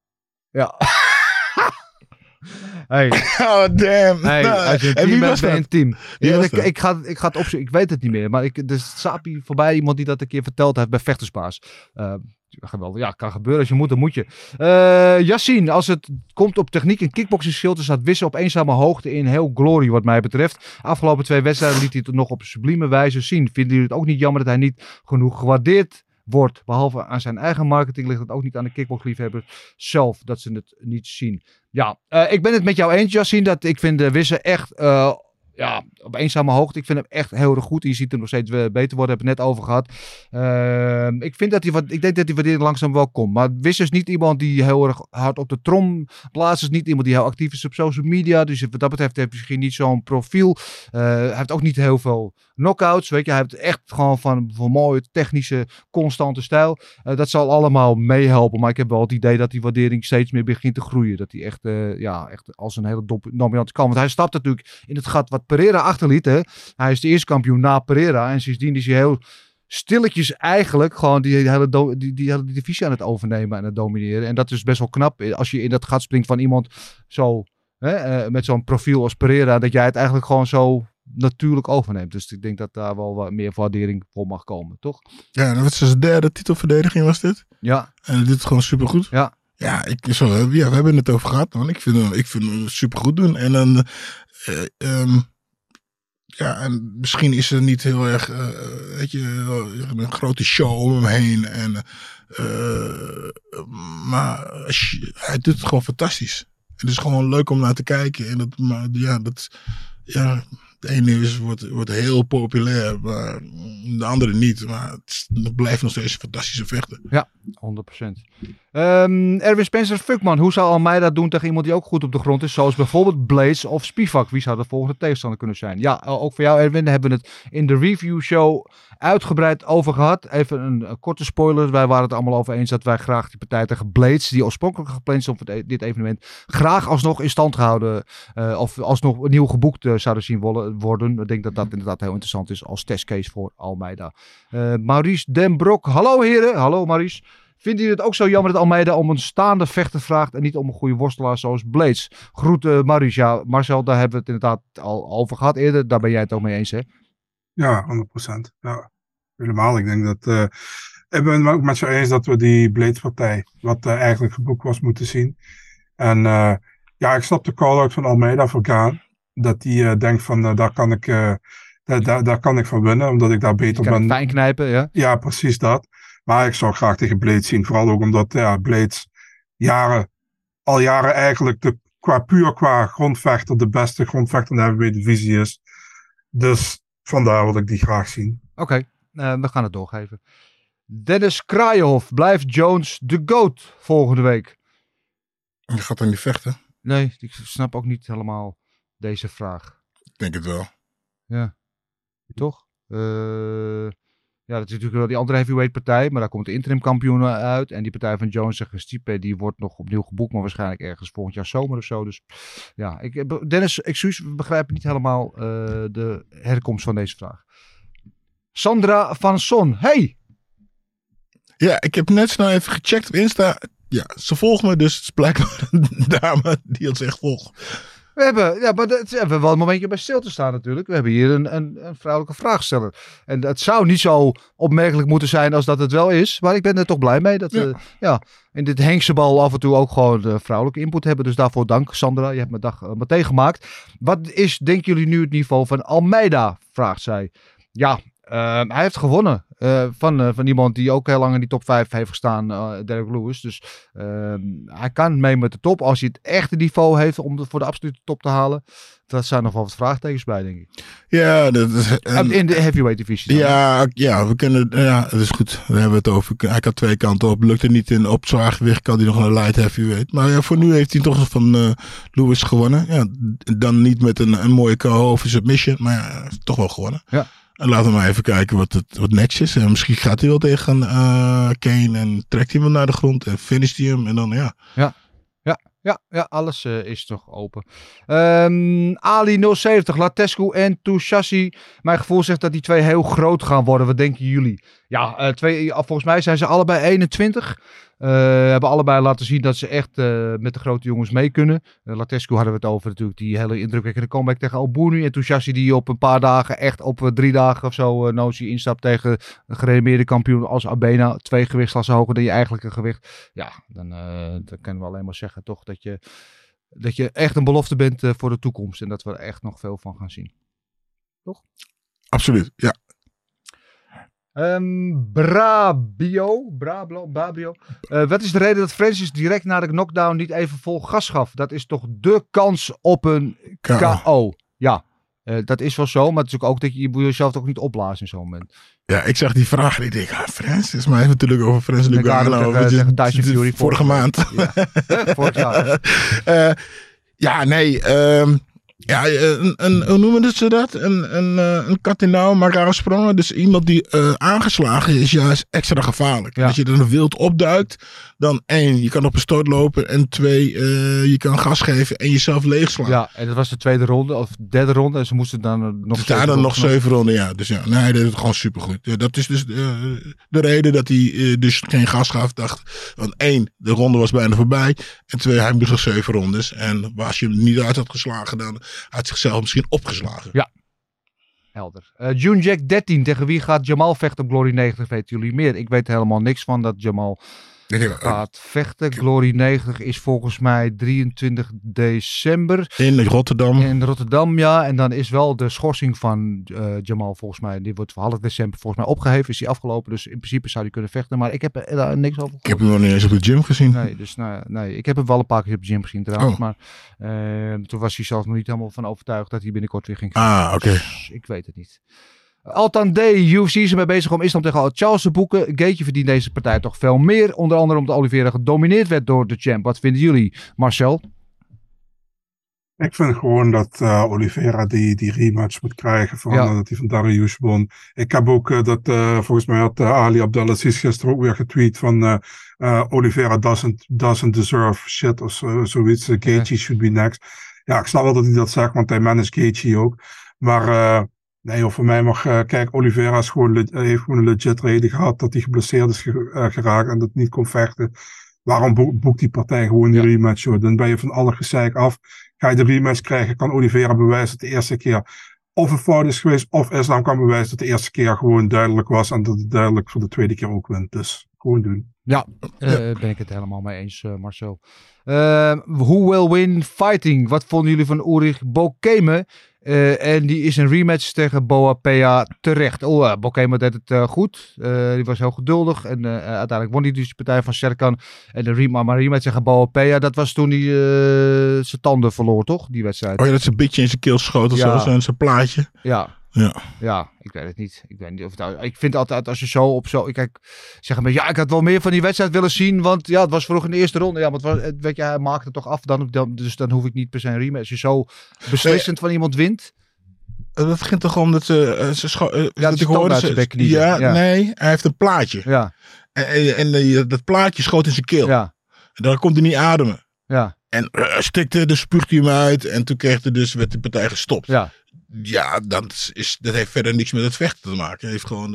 Hey. Oh damn. Hey, als je een team bent, ben je een team. Ik ga het opzoeken. Ik weet het niet meer. Maar er staat hier voorbij iemand die dat een keer verteld heeft bij Vechtersbaas. Geweldig. Ja, kan gebeuren. Als je moet, dan moet je. Yassine, als het komt op techniek en kickboxing dan staat Wisse op eenzame hoogte in heel glory wat mij betreft. Afgelopen 2 wedstrijden liet hij het nog op sublieme wijze zien. Vinden jullie het ook niet jammer dat hij niet genoeg gewaardeerd wordt? Behalve aan zijn eigen marketing ligt het ook niet aan de kickboxliefhebbers zelf dat ze het niet zien. Ja, ik ben het met jou eens, Yassine, dat ik vind Wisse echt op eenzame hoogte. Ik vind hem echt heel erg goed. Je ziet hem nog steeds beter worden. Heb het net over gehad. Ik denk dat hij waardering langzaam wel komt. Maar Wisse is niet iemand die heel erg hard op de trom blaast. Is niet iemand die heel actief is op social media. Dus wat dat betreft heeft hij misschien niet zo'n profiel. Hij heeft ook niet heel veel knockouts. Weet je, hij heeft echt gewoon van mooie technische, constante stijl. Dat zal allemaal meehelpen. Maar ik heb wel het idee dat die waardering steeds meer begint te groeien. Dat hij echt als een hele dominante kan. Want hij stapt natuurlijk in het gat wat Pereira achterliet. Hè. Hij is de eerste kampioen na Pereira. En sindsdien is hij heel stilletjes eigenlijk gewoon die hele divisie aan het overnemen en het domineren. En dat is best wel knap. Als je in dat gat springt van iemand zo met zo'n profiel als Pereira, dat jij het eigenlijk gewoon zo natuurlijk overneemt. Dus ik denk dat daar wel wat meer waardering voor mag komen, toch? Ja, en wat is zijn derde titelverdediging was dit? Ja. En hij doet het gewoon supergoed. Ja. Ja, we hebben het over gehad, man. Ik vind hem supergoed doen. En dan en misschien is er niet heel erg, een grote show om hem heen. Maar hij doet het gewoon fantastisch. Het is gewoon leuk om naar te kijken. En de ene wordt heel populair, maar de andere niet. Maar het blijft nog steeds een fantastische vechter. Ja, 100%. Erwin Spencer, Fuckman, hoe zou Almeida doen tegen iemand die ook goed op de grond is? Zoals bijvoorbeeld Blades of Spivak. Wie zou de volgende tegenstander kunnen zijn? Ja, ook voor jou Erwin, hebben we het in de review show uitgebreid over gehad. Even een korte spoiler. Wij waren het allemaal over eens dat wij graag die partij tegen Blades, die oorspronkelijk gepland stond voor dit evenement, graag alsnog in stand gehouden of alsnog nieuw geboekt zouden zien worden. Ik denk dat dat inderdaad heel interessant is als testcase voor Almeida. Maurice Den Brok. Hallo heren. Hallo Maurice. Vinden jullie het ook zo jammer dat Almeida om een staande vechter vraagt en niet om een goede worstelaar zoals Blades? Groeten Maurice. Ja, Marcel, daar hebben we het inderdaad al over gehad eerder. Daar ben jij het ook mee eens, hè? Ja, 100%. Ja, helemaal. Ik denk dat ik ben het ook met je eens dat we die Blades-partij, wat eigenlijk geboekt was, moeten zien. En ik snap de call-out van Almeida voor Gaan. Dat hij denkt van, daar kan ik van winnen, omdat ik daar beter ben. Fijn knijpen, ja? Ja, precies dat. Maar ik zou graag tegen Blades zien. Vooral ook omdat Blades al jaren eigenlijk qua grondvechter de beste grondvechter in de heavyweight divisie is. Dus vandaar wil ik die graag zien. Oké, we gaan het doorgeven. Dennis Kraaienhof, blijft Jones de GOAT volgende week? Je gaat dan niet vechten? Nee, ik snap ook niet helemaal deze vraag. Ik denk het wel. Ja, toch? Dat is natuurlijk wel die andere heavyweight partij, maar daar komt de interim kampioen uit. En die partij van Jones en Stipe, die wordt nog opnieuw geboekt, maar waarschijnlijk ergens volgend jaar zomer of zo. Dus ja, Dennis, excuus, we begrijpen niet helemaal de herkomst van deze vraag. Sandra van Son, hey! Ja, ik heb net snel even gecheckt op Insta. Ja, ze volgen me, dus het is blijkbaar een dame die ons echt volgt. We hebben wel een momentje bij stil te staan natuurlijk. We hebben hier een vrouwelijke vraagsteller. En het zou niet zo opmerkelijk moeten zijn als dat het wel is. Maar ik ben er toch blij mee dat we in dit Henksebal af en toe ook gewoon vrouwelijke input hebben. Dus daarvoor dank Sandra. Je hebt mijn dag meteen gemaakt. Wat is, denken jullie nu, het niveau van Almeida? Vraagt zij. Ja, Hij heeft gewonnen van iemand die ook heel lang in die top 5 heeft gestaan, Derek Lewis. Dus hij kan mee met de top. Als hij het echte niveau heeft om voor de absolute top te halen, daar zijn nog wel wat vraagtekens bij, denk ik. Ja, in de heavyweight divisie. Ja, we kunnen. Ja, dat is goed. Daar hebben we het over. Hij kan twee kanten op. Lukt het niet op zwaargewicht, kan hij nog een light heavyweight. Maar ja, voor nu heeft hij toch van Lewis gewonnen. Ja, dan niet met een mooie KO of een submission, maar ja, toch wel gewonnen. Ja. En laten we maar even kijken wat next is. En misschien gaat hij wel tegen Kane en trekt hij hem naar de grond en finisht hij hem. En dan Ja, alles is nog open. Ali 070, Latescu en Touchassi. Mijn gevoel zegt dat die twee heel groot gaan worden. Wat denken jullie? Ja, volgens mij zijn ze allebei 21. Hebben allebei laten zien dat ze echt met de grote jongens mee kunnen. Latescu hadden we het over natuurlijk. Die hele indrukwekkende comeback tegen Albunu. En Touchassi die op een paar dagen, echt op 3 dagen of zo, Nozi instapt tegen een gerenommeerde kampioen als Abena. 2 gewichtsklassen hoger dan je eigenlijke gewicht. Ja, dan kunnen we alleen maar zeggen toch dat je echt een belofte bent voor de toekomst. En dat we er echt nog veel van gaan zien. Toch? Absoluut, ja. Brabio. Wat is de reden dat Francis direct na de knockdown niet even vol gas gaf? Dat is toch de kans op een KO. Ja, dat is wel zo. Maar het is ook dat je jezelf ook niet opblaast in zo'n moment. Ja, ik zag die vraag en ik denk, Francis. Maar even natuurlijk over Francis Ngannou. Tegen Tyson Fury vorige maand. Ja. Vorig jaar. Ja, hoe noemen ze dat? Een kat in nauw, maar raar sprongen. Dus iemand die aangeslagen is juist extra gevaarlijk. Ja. Als je dan wild opduikt, dan 1, je kan op een stoot lopen. En 2, je kan gas geven en jezelf leegslaan. Ja, en dat was de tweede ronde of derde ronde. En ze moesten dan nog 7 ronden, ja. Dus ja, nee, hij deed het gewoon supergoed. Ja, dat is dus de reden dat hij dus geen gas gaf. Dacht, want 1, de ronde was bijna voorbij. En 2, hij moest nog 7 rondes. En als je hem niet uit had geslagen, dan had zichzelf misschien opgeslagen. Ja. Helder. June Jack 13. Tegen wie gaat Jamal vechten op Glory 90? Weten jullie meer? Ik weet helemaal niks van dat Jamal gaat vechten. Glory 90 is volgens mij 23 december. In Rotterdam. In Rotterdam, ja. En dan is wel de schorsing van Jamal volgens mij. Die wordt voor half december volgens mij opgeheven. Is die afgelopen. Dus in principe zou hij kunnen vechten. Maar ik heb daar niks over gehoord. Ik heb hem nog niet eens op de gym gezien. Nee. Ik heb hem wel een paar keer op de gym gezien trouwens. Maar toen was hij zelf nog niet helemaal van overtuigd dat hij binnenkort weer ging vechten. Oké. Dus ik weet het niet. Altan D, UFC is ermee bezig om Islam tegen Charles te boeken. Gaethje verdient deze partij toch veel meer. Onder andere omdat Oliveira gedomineerd werd door de champ. Wat vinden jullie, Marcel? Ik vind gewoon dat Oliveira die rematch moet krijgen van dat hij van Dariush won. Ik heb ook volgens mij had Ali Abdelaziz gisteren ook weer getweet van Oliveira doesn't deserve shit of zoiets. Gaethje should be next. Ja, ik snap wel dat hij dat zegt, want hij managt Gaethje ook. Maar nee, voor mij mag... kijk, Oliveira heeft gewoon een legit reden gehad dat hij geblesseerd is geraakt en dat niet kon vechten. Waarom boekt die partij gewoon die rematch? Joh? Dan ben je van alle gezeik af. Ga je de rematch krijgen, kan Oliveira bewijzen dat de eerste keer of een fout is geweest, of Islam kan bewijzen dat de eerste keer gewoon duidelijk was en dat het duidelijk voor de tweede keer ook wint. Dus gewoon doen. Ja, ben ik het helemaal mee eens, Marcel. Who will win fighting? Wat vonden jullie van Ulrich Bokeme? En die is een rematch tegen Boa Pea terecht. Bokeme deed het goed. Die was heel geduldig. En uiteindelijk won hij dus de partij van Serkan. En de rematch tegen Boa Pea, dat was toen hij zijn tanden verloor, toch? Die wedstrijd. Oh ja, dat is een beetje in zijn keel schoten zoals zijn plaatje. Ja, ik weet het niet. Ik weet niet of het, ik vind altijd als je zo kijk, zeg een beetje, ik had wel meer van die wedstrijd willen zien, want het was vroeg in de eerste ronde. Ja, maar weet je, hij maakte het toch af, dus dan hoef ik niet per se een rematch. Als je zo beslissend van iemand wint. Dat begint toch om dat ze dat hoorde uit zijn bek niet. Nee, hij heeft een plaatje. Ja. En dat plaatje schoot in zijn keel. Ja. En dan kon hij niet ademen. Ja. En stikte, dus spuugde hij hem uit. En toen werd de partij gestopt. Ja. Ja, dat heeft verder niks met het vechten te maken. Het heeft gewoon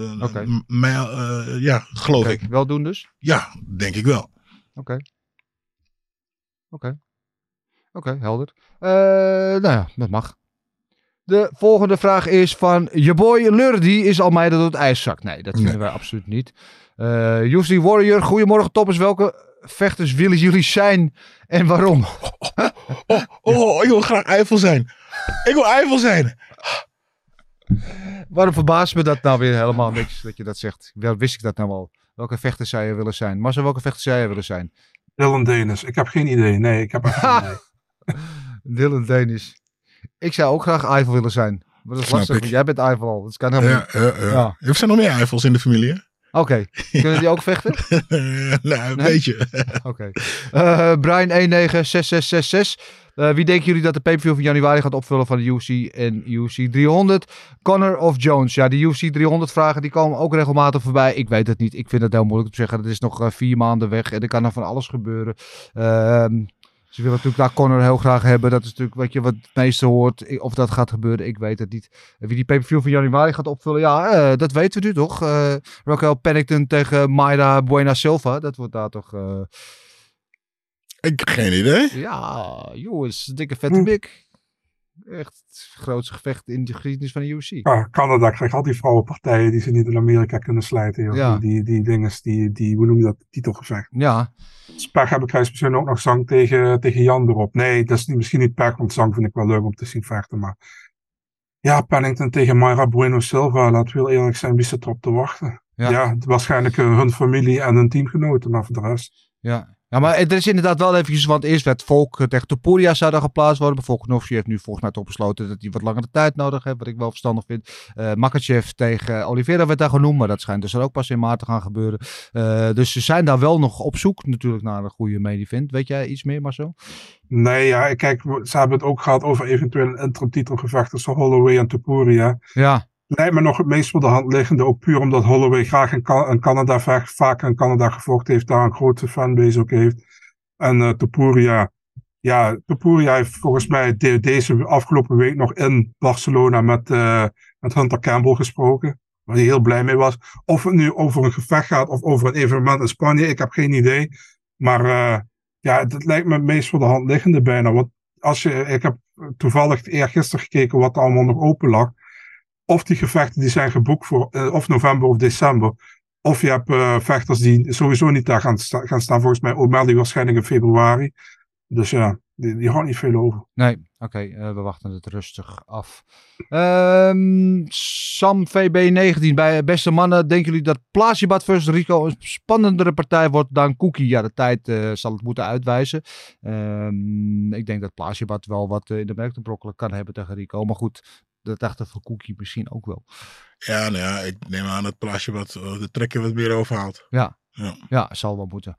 geloof ik. Wel doen dus? Ja, denk ik wel. Oké, helder. Dat mag. De volgende vraag is van je boy Lurdy is Almeida door het ijs zakt. Nee, dat vinden wij absoluut niet. UFC Warrior, goedemorgen toppers. Welke vechters willen jullie zijn en waarom? Ik wil graag Eiffel zijn. Ik wil Eiffel zijn. Waarom verbaast me dat nou weer helemaal niks dat je dat zegt? Wel wist ik dat nou al. Welke vechter zou je willen zijn? Marcel, welke vechter zou je willen zijn? Dylan Dennis. Ik heb geen idee. Nee, ik heb echt geen idee. Dylan Dennis. Ik zou ook graag Eiffel willen zijn. Maar dat is lastig, want jij bent Eiffel al. Dat kan helemaal niet. Ja. Er zijn nog meer Eiffels in de familie, hè? Oké. Kunnen die ook vechten? Een beetje. Oké. Brian 196666. Wie denken jullie dat de pay-per-view van januari gaat opvullen van de UFC en UFC 300? Connor of Jones? Ja, de UFC 300 vragen die komen ook regelmatig voorbij. Ik weet het niet. Ik vind het heel moeilijk te zeggen. Het is nog 4 maanden weg en er kan nog van alles gebeuren. Ze willen natuurlijk daar Connor heel graag hebben. Dat is natuurlijk wat je wat het meeste hoort. Of dat gaat gebeuren, ik weet het niet. Wie die pay-per-view van januari gaat opvullen, ja, dat weten we nu toch. Raquel Pennington tegen Mayra Buena Silva. Dat wordt daar toch... Ik heb geen idee. Ja, jongens, dikke vette bik. Echt het grootste gevecht in de geschiedenis van de UFC. Ja, Canada krijgt al die vrouwenpartijen die ze niet in Amerika kunnen slijten. Ja. Die dinges, hoe noem je dat, titelgevecht. Ja. Spek heb ik misschien ook nog Zang tegen Jan erop. Nee, dat is misschien niet Pek, want Zang vind ik wel leuk om te zien vechten. Maar ja, Pennington tegen Mayra Bueno Silva, laten we heel eerlijk zijn, wie zit erop te wachten? Ja, waarschijnlijk hun familie en hun teamgenoten, maar voor de rest. Ja. Ja, maar er is inderdaad wel eventjes, want eerst werd Volk tegen Topuria zou daar geplaatst worden. Maar Volkanovski heeft nu volgens mij toch besloten dat hij wat langere tijd nodig heeft, wat ik wel verstandig vind. Makachev tegen Oliveira werd daar genoemd, maar dat schijnt dus ook pas in maart te gaan gebeuren. Dus ze zijn daar wel nog op zoek natuurlijk naar een goede main event. Weet jij iets meer, Marcel? Nee, ja, kijk, ze hebben het ook gehad over eventueel een interim titelgevecht tussen Holloway en Topuria. Ja. Lijkt me nog het meest voor de hand liggende, ook puur omdat Holloway graag in Canada vecht, vaak in Canada gevochten heeft, daar een grote fanbase ook heeft. En Topuria heeft volgens mij deze afgelopen week nog in Barcelona met Hunter Campbell gesproken, waar hij heel blij mee was. Of het nu over een gevecht gaat of over een evenement in Spanje, ik heb geen idee. Maar het lijkt me het meest voor de hand liggende bijna. Want ik heb toevallig eergisteren gekeken wat er allemaal nog open lag. Of die gevechten die zijn geboekt voor of november of december. Of je hebt vechters die sowieso niet daar gaan staan. Volgens mij O'Malley waarschijnlijk in februari. Dus ja, die houdt niet veel over. Nee, oké, we wachten het rustig af. Sam VB19 bij Beste Mannen. Denken jullie dat Plasibat versus Rico een spannendere partij wordt dan Cookie? Ja, de tijd zal het moeten uitwijzen. Ik denk dat Plasibat wel wat in de merk te brokkelen kan hebben tegen Rico. Maar goed, dat dacht ik voor Cookie misschien ook wel. Ja, nou ja, ik neem aan dat Plasibat de trekken wat meer overhaalt. Ja, zal wel moeten.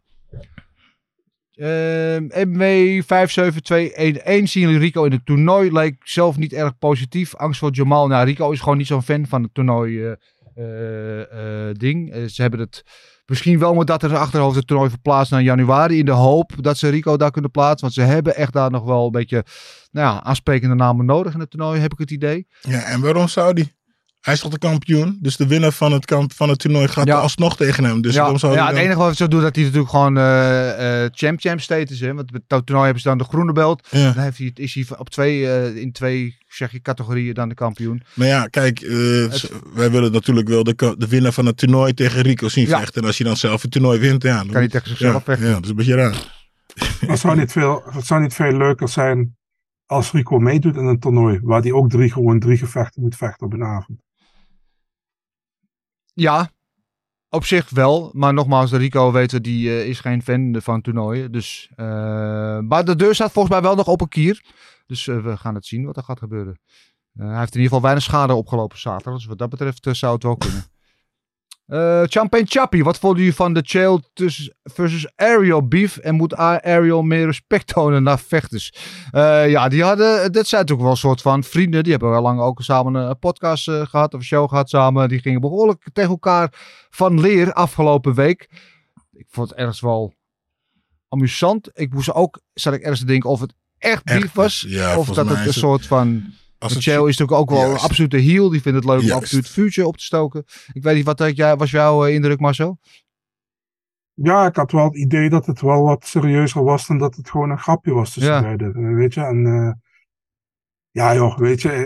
MW 57211 zien jullie Rico in het toernooi. Lijkt zelf niet erg positief. Angst voor Jamal. Nou, Rico is gewoon niet zo'n fan van het toernooi ding. Ze hebben het misschien wel met dat in zijn achterhoofd het toernooi verplaatst naar januari. In de hoop dat ze Rico daar kunnen plaatsen. Want ze hebben echt daar nog wel een beetje aansprekende namen nodig in het toernooi, heb ik het idee. Ja, en waarom zou die? Hij is toch de kampioen, dus de winnaar van het toernooi gaat alsnog tegen hem. Dus het enige wat ze doen, dat hij natuurlijk gewoon champ status is. Want bij het toernooi hebben ze dan de groene belt. Ja. Dan is hij op in twee categorieën dan de kampioen. Maar ja, kijk, wij willen natuurlijk wel de winnaar van het toernooi tegen Rico zien vechten. En als hij dan zelf het toernooi wint, dan kan hij tegen zichzelf vechten. Ja, dat is een beetje raar. Het zou niet veel leuker zijn als Rico meedoet in een toernooi, waar hij ook drie gevechten moet vechten op een avond. Ja, op zich wel. Maar nogmaals, de Rico weten, die is geen fan van toernooien. Dus, maar de deur staat volgens mij wel nog op een kier. Dus we gaan het zien wat er gaat gebeuren. Hij heeft in ieder geval weinig schade opgelopen zaterdag. Dus wat dat betreft zou het wel kunnen. Champagne Chappie, wat vonden jullie van de Chael versus Ariel beef? En moet Ariel meer respect tonen naar vechters? Die hadden, dit zijn toch wel een soort van vrienden. Die hebben wel lang ook samen een podcast gehad, of een show gehad samen. Die gingen behoorlijk tegen elkaar van leer afgelopen week. Ik vond het ergens wel amusant. Zat ik ergens te denken of het echt beef was. Ja, of dat het een soort van... Chael is natuurlijk ook wel een absolute heel. Die vindt het leuk om absoluut vuurtje op te stoken. Ik weet niet, wat was jouw indruk, Marcel? Ja, ik had wel het idee dat het wel wat serieuzer was dan dat het gewoon een grapje was tussen beiden. Weet je, en weet je,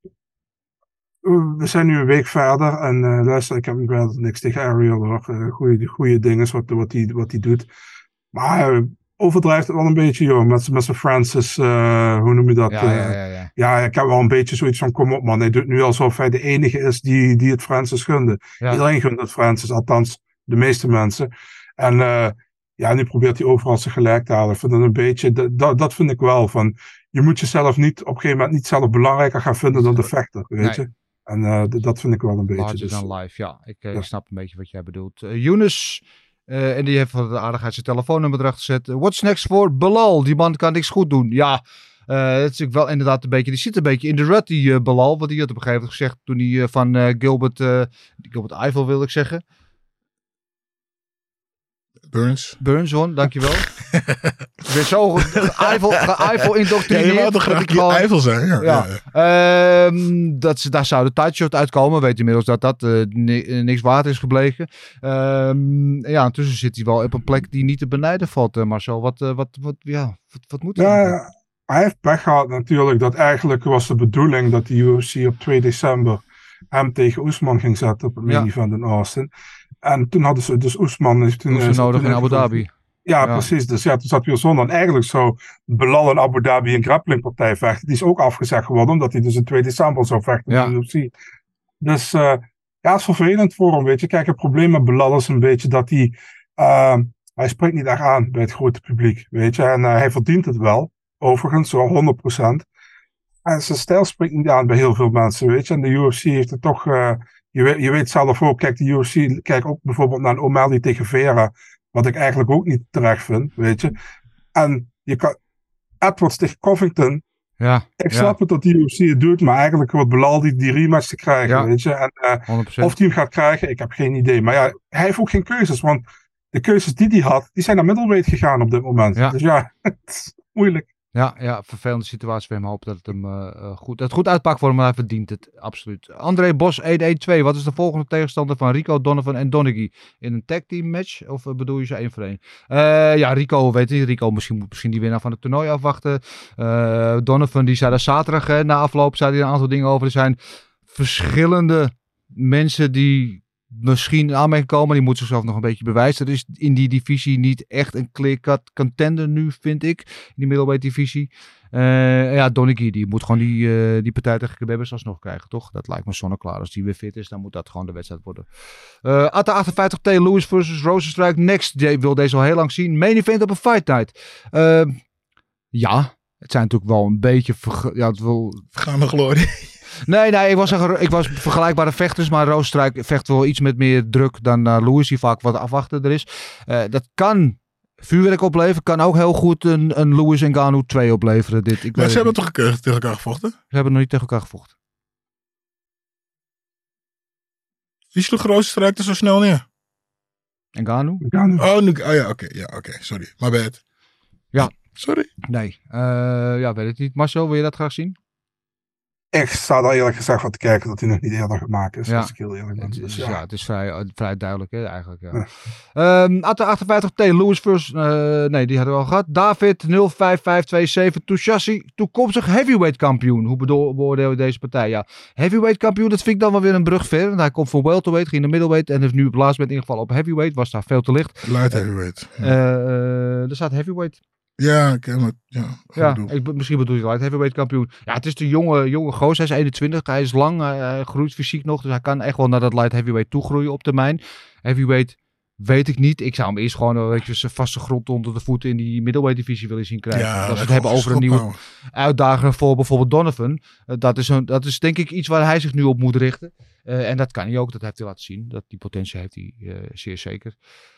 we zijn nu een week verder en luister, ik heb wel niks tegen Ariel hoor. Goede dingen wat hij doet. Maar overdrijft het wel een beetje, joh. Met zijn Francis, hoe noem je dat? Ja, ik heb wel een beetje zoiets van, kom op man. Hij doet nu alsof hij de enige is die het Francis gunde. Ja. Iedereen gunde het Francis, althans de meeste mensen. En nu probeert hij overal zijn gelijk te halen. Ik vind het een beetje, dat vind ik wel. Van, je moet jezelf niet op een gegeven moment niet zelf belangrijker gaan vinden dan de vechter, weet je. En dat vind ik wel een beetje. Larger than life, ja. Ik snap een beetje wat jij bedoelt. Younes, en die heeft voor de aardigheid zijn telefoonnummer erachter gezet. What's next for Belal? Die man kan niks goed doen. Ja, het is natuurlijk wel inderdaad een beetje, die zit een beetje in de rut, die Belal. Want die had op een gegeven moment gezegd toen hij van Gilbert Eiffel wil ik zeggen. Burns won, dankjewel. Ik ben zo Eiffel indoctrineerd. Ja, je wou toch graag Eiffel zijn? Daar zou de title shot uitkomen. Weet inmiddels dat niks waard is gebleken. Intussen zit hij wel op een plek die niet te benijden valt. Marcel, wat moet er? Hij heeft pech gehad natuurlijk. Dat eigenlijk was de bedoeling dat de UFC op 2 december hem tegen Oesman ging zetten op het main event in Austin. En toen hadden ze dus Oesman nodig in Abu Dhabi. Ja, precies. Dus toen zat hij zonder. En eigenlijk zou Belal in Abu Dhabi een grapplingpartij vechten. Die is ook afgezegd geworden, omdat hij dus in 2 december zou vechten in de UFC. Dus het is vervelend voor hem, weet je. Kijk, het probleem met Belal is een beetje dat hij spreekt niet echt aan bij het grote publiek, weet je. En hij verdient het wel, overigens, zo 100%. En zijn stijl spreekt niet aan bij heel veel mensen, weet je. En de UFC heeft het toch... Je weet zelf ook, kijk, de UFC, kijk ook bijvoorbeeld naar een O'Malley tegen Vera, wat ik eigenlijk ook niet terecht vind, weet je. En je kan, Edwards tegen Covington, ik snap het dat de UFC het doet, maar eigenlijk wordt Belal die rematch te krijgen, weet je. En of die hem gaat krijgen, ik heb geen idee. Maar ja, hij heeft ook geen keuzes, want de keuzes die hij had, die zijn naar middleweight gegaan op dit moment. Dus ja, het is moeilijk. Ja, vervelende situatie voor hem. Hoop dat het hem goed uitpakt voor hem, maar hij verdient het, absoluut. André Bos, 1-1-2. Wat is de volgende tegenstander van Rico, Donovan en Donaghy? In een tag team match? Of bedoel je ze 1 voor 1? Rico, weet je, Rico moet die winnaar van het toernooi afwachten. Donovan, die zei daar zaterdag, na afloop, zei hij een aantal dingen over. Er zijn verschillende mensen die misschien aanmerking komen. Die moet zichzelf nog een beetje bewijzen. Er is in die divisie niet echt een clear-cut contender nu, vind ik. In die middleweight divisie. Donaghy, die moet gewoon die partij tegen Khabib alsnog krijgen, toch? Dat lijkt me zonneklaar. Als die weer fit is, dan moet dat gewoon de wedstrijd worden. Atta 58 T. Lewis versus Rozenstruik. Next. Wil deze al heel lang zien. Main event op een fight night. Het zijn natuurlijk wel een beetje... Vergaande glorie. Nee, ik was vergelijkbare vechters, maar Rozenstruik vecht wel iets met meer druk dan Lewis, die vaak wat afwachten er is. Dat kan vuurwerk opleveren, kan ook heel goed een Lewis en Ngannou 2 opleveren. Maar ze hebben toch tegen elkaar gevochten? Ze hebben nog niet tegen elkaar gevochten. Wie sloeg Rozenstruik er zo snel neer? Ngannou. Oké, sorry. My bad. Ja. Sorry. Nee, weet het niet. Marcel, wil je dat graag zien? Ik sta daar eerlijk gezegd van te kijken dat hij nog niet eerder gemaakt is. Als ik heel eerlijk ben. Het is vrij duidelijk, hè, eigenlijk. Ja. Atta 58 T. Lewis versus... die hadden we al gehad. David 05527 Touchassi, toekomstig heavyweight kampioen. Hoe beoordeel je deze partij? Ja, heavyweight kampioen, dat vind ik dan wel weer een brug verder. Want hij komt van welterweight, ging naar middleweight en heeft nu op het laatst moment ingevallen op heavyweight. Was daar veel te licht. Light heavyweight. Er staat heavyweight. Ja, oké, misschien bedoel je light heavyweight kampioen. Ja, het is de jonge goos. Hij is 21, hij is lang, hij groeit fysiek nog. Dus hij kan echt wel naar dat light heavyweight toegroeien op termijn. Heavyweight weet ik niet. Ik zou hem eerst gewoon zijn vaste grond onder de voeten in die middleweight divisie willen zien krijgen. Ja, als we het hebben over een nieuwe uitdaging voor bijvoorbeeld Donovan. Dat is denk ik iets waar hij zich nu op moet richten. En dat kan hij ook, dat heeft hij laten zien. Die potentie heeft hij zeer zeker.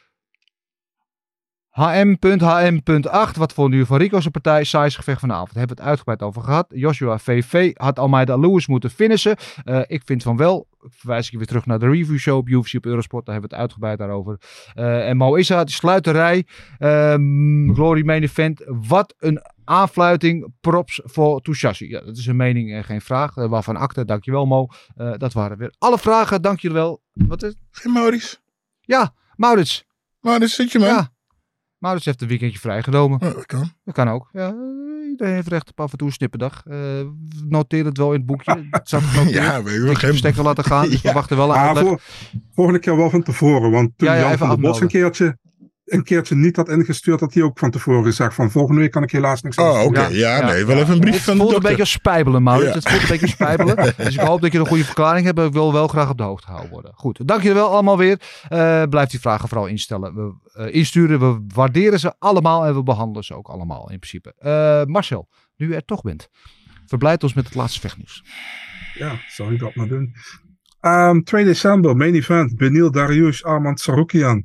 HM.HM.8, wat vond u van Rico's partij? Saai's gevecht vanavond. Daar hebben we het uitgebreid over gehad. Joshua VV had Almeida Lewis moeten finishen. Ik vind van wel. Verwijs ik je weer terug naar de review show op UFC op Eurosport. Daar hebben we het uitgebreid daarover. En Mo Issa, die sluiterij. Glory Main Event. Wat een aanfluiting. Props voor Touchassi. Ja, dat is een mening en geen vraag. Waarvan akte. Dankjewel Mo. Dat waren weer alle vragen. Dankjewel. Wat is het? Geen Maurits. Ja, Maurits. Maurits, zit je man? Ja. Maurits heeft een weekendje vrijgenomen. Dat kan. Dat kan ook. Ja, iedereen heeft recht op af en toe een snipperdag. Noteer het wel in het boekje. Het staat genoteerd. Weet je wel. Geen stekker laten gaan. Dus we wachten wel aan. Volgende keer wel van tevoren. Want toen Jan van der Bos een keertje een keertje niet had ingestuurd, dat hij ook van tevoren gezegd van volgende week kan ik helaas niks Oh, oké. Nee, wel even een brief van de dokter. Het voelt een beetje als spijbelen, Maurits. Het voelt een beetje als spijbelen. Dus ik hoop dat je een goede verklaring hebt. Ik wil wel graag op de hoogte gehouden worden. Goed, dank je wel allemaal weer. Blijf die vragen vooral insturen. We waarderen ze allemaal en we behandelen ze ook allemaal in principe. Marcel, nu je er toch bent, verblijd ons met het laatste vechtnieuws. Ja, zal ik dat maar doen. 2 december, main event, Beneil Dariush, Arman Tsarukyan.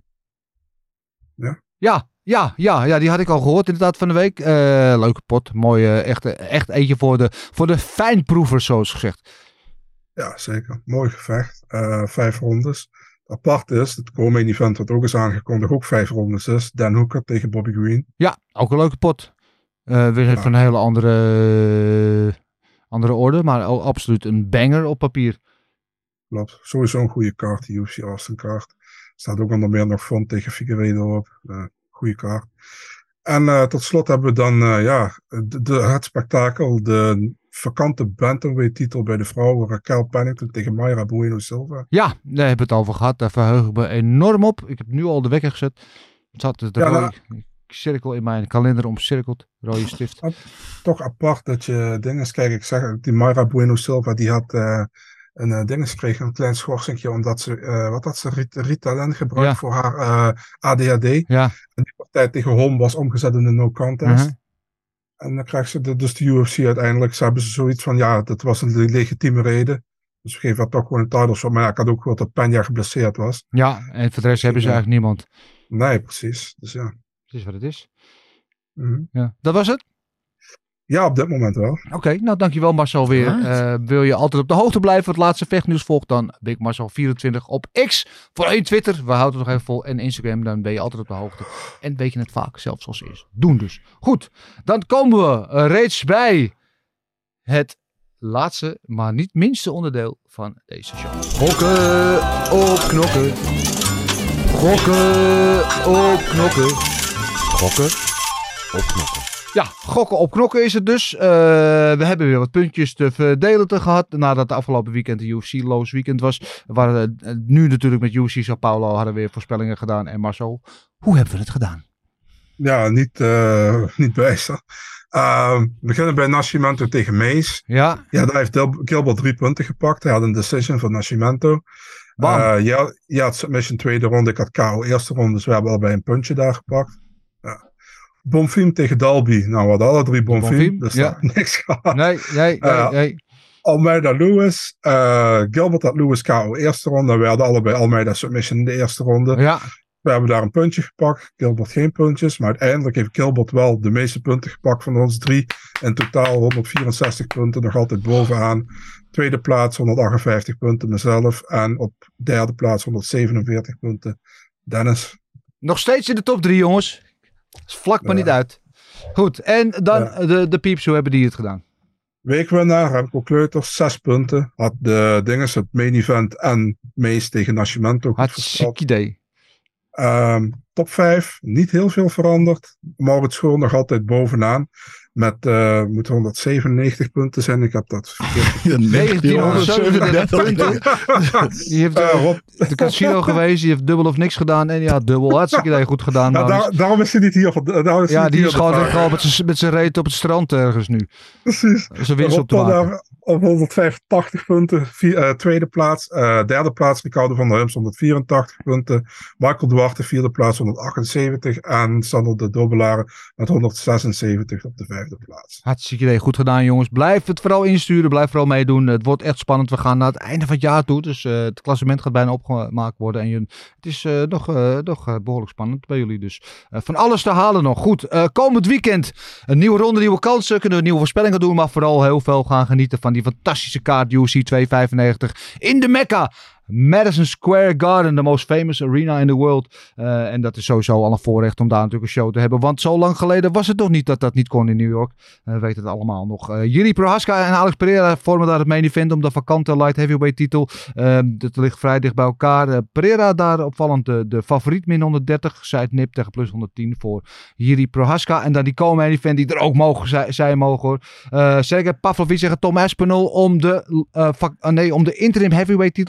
Ja, die had ik al gehoord inderdaad van de week. Leuke pot, mooi, echt eentje voor de fijnproevers, zoals gezegd. Ja, zeker. Mooi gevecht. 5 rondes. Apart is, het co-main event wat ook is aangekondigd, ook 5 rondes is. Dan Hooker tegen Bobby Green. Ja, ook een leuke pot. Weer van een hele andere orde, maar absoluut een banger op papier. Klopt. Sowieso een goede kaart, die UFC Austin kaart. Staat ook onder meer nog Font tegen Figueiredo op. Goede kaart. En tot slot hebben we dan het spektakel, de vakante bantamweight titel bij de vrouwen, Raquel Pennington tegen Mayra Bueno Silva. Ja, daar hebben we het over gehad. Daar verheug ik me enorm op. Ik heb nu al de wekker gezet. Het zat de rode cirkel in mijn kalender omcirkeld. Rode stift. Toch apart dat je dingen kijkt. Ik zeg, die Mayra Bueno Silva die had een ding gekregen, een klein schorsingje, omdat ze Ritalin gebruikt voor haar ADHD. Ja. En die partij tegen Holm was omgezet in een no contest. En dan krijgt ze dus de UFC uiteindelijk. Ze hebben zoiets van, dat was een legitieme reden. Dus we geven haar toch gewoon een title shot. Maar ik had ook gehoord dat Peña geblesseerd was. Ja, en voor de rest hebben ze eigenlijk niemand. Nee, precies. Dus ja. Precies wat het is. Ja. Dat was het? Ja, op dit moment wel. Oké, nou dankjewel Marcel weer. Wil je altijd op de hoogte blijven wat het laatste vechtnieuws volgt, dan Big Marcel 24 op X. Voorheen Twitter, we houden het nog even vol. En Instagram, dan ben je altijd op de hoogte. En weet je het vaak zelfs als eerst doen dus. Goed, dan komen we reeds bij het laatste, maar niet minste onderdeel van deze show. Gokken op knokken. Gokken op knokken. Gokken op knokken. Ja, gokken op knokken is het dus. We hebben weer wat puntjes te verdelen gehad. Nadat de afgelopen weekend de UFC-loos weekend was. We waren nu natuurlijk met UFC Sao Paulo hadden we weer voorspellingen gedaan. En Marcel, hoe hebben we het gedaan? Ja, niet bijster. We beginnen bij Nascimento tegen Mace. Ja, daar heeft Gilbert 3 punten gepakt. Hij had een decision van Nascimento. Je had submission tweede ronde. Ik had KO eerste ronde. Dus we hebben allebei een puntje daar gepakt. Bonfim tegen Dalby. Nou, we hadden alle 3 Bonfim. Dus niks gehad. Nee. Almeida Lewis. Gilbert had Lewis KO eerste ronde. We hadden allebei Almeida submission in de eerste ronde. Ja. We hebben daar een puntje gepakt. Gilbert geen puntjes. Maar uiteindelijk heeft Gilbert wel de meeste punten gepakt van ons 3. In totaal 164 punten. Nog altijd bovenaan. Tweede plaats 158 punten mezelf. En op derde plaats 147 punten Dennis. Nog steeds in de top 3 jongens. Vlak maar niet uit. Goed, en dan de pieps, hoe hebben die het gedaan? Weekwinnaar, Remco Kleuters, 6 punten. Had de dinges, het main event en Mees tegen Nascimento. Hartstikke idee. Top 5, niet heel veel veranderd. Maurits Schoor nog altijd bovenaan. Met moet 197 punten zijn. Ik heb dat verkeerd. 1937 punten. Die heeft de casino geweest. Die heeft dubbel of niks gedaan. En ja, dubbel. Hartstikke idee. Goed gedaan. Daarom is hij niet hier. Die is gewoon met zijn reet op het strand ergens nu. Precies. Zijn winst op te maken. Op 185 punten. Tweede plaats. Derde plaats Ricardo van der Hums 184 punten. Michael Duarte vierde plaats 178. En Sander de Dobbelaren met 176 op de vijfde plaats. Hartstikke idee. Goed gedaan jongens. Blijf het vooral insturen. Blijf vooral meedoen. Het wordt echt spannend. We gaan naar het einde van het jaar toe. Dus het klassement gaat bijna opgemaakt worden. En het is nog behoorlijk spannend bij jullie. Dus van alles te halen nog. Goed. Komend weekend een nieuwe ronde, nieuwe kansen. Kunnen we nieuwe voorspellingen doen. Maar vooral heel veel gaan genieten van die fantastische kaart UFC 295 in de Mecca. Madison Square Garden, de most famous arena in the world. En dat is sowieso al een voorrecht om daar natuurlijk een show te hebben. Want zo lang geleden was het nog niet dat dat niet kon in New York. We weten het allemaal nog. Jiri Prochazka en Alex Pereira vormen daar het main event om de vakante light heavyweight titel. Dat ligt vrij dicht bij elkaar. Pereira daar opvallend de favoriet min 130. Zij nip tegen plus 110 voor Jiri Prochazka. En dan die co-main event die er ook mogen. Zij mogen hoor. Sergej Pavlovich tegen Tom Aspinall om de interim heavyweight titel moet ik zeggen.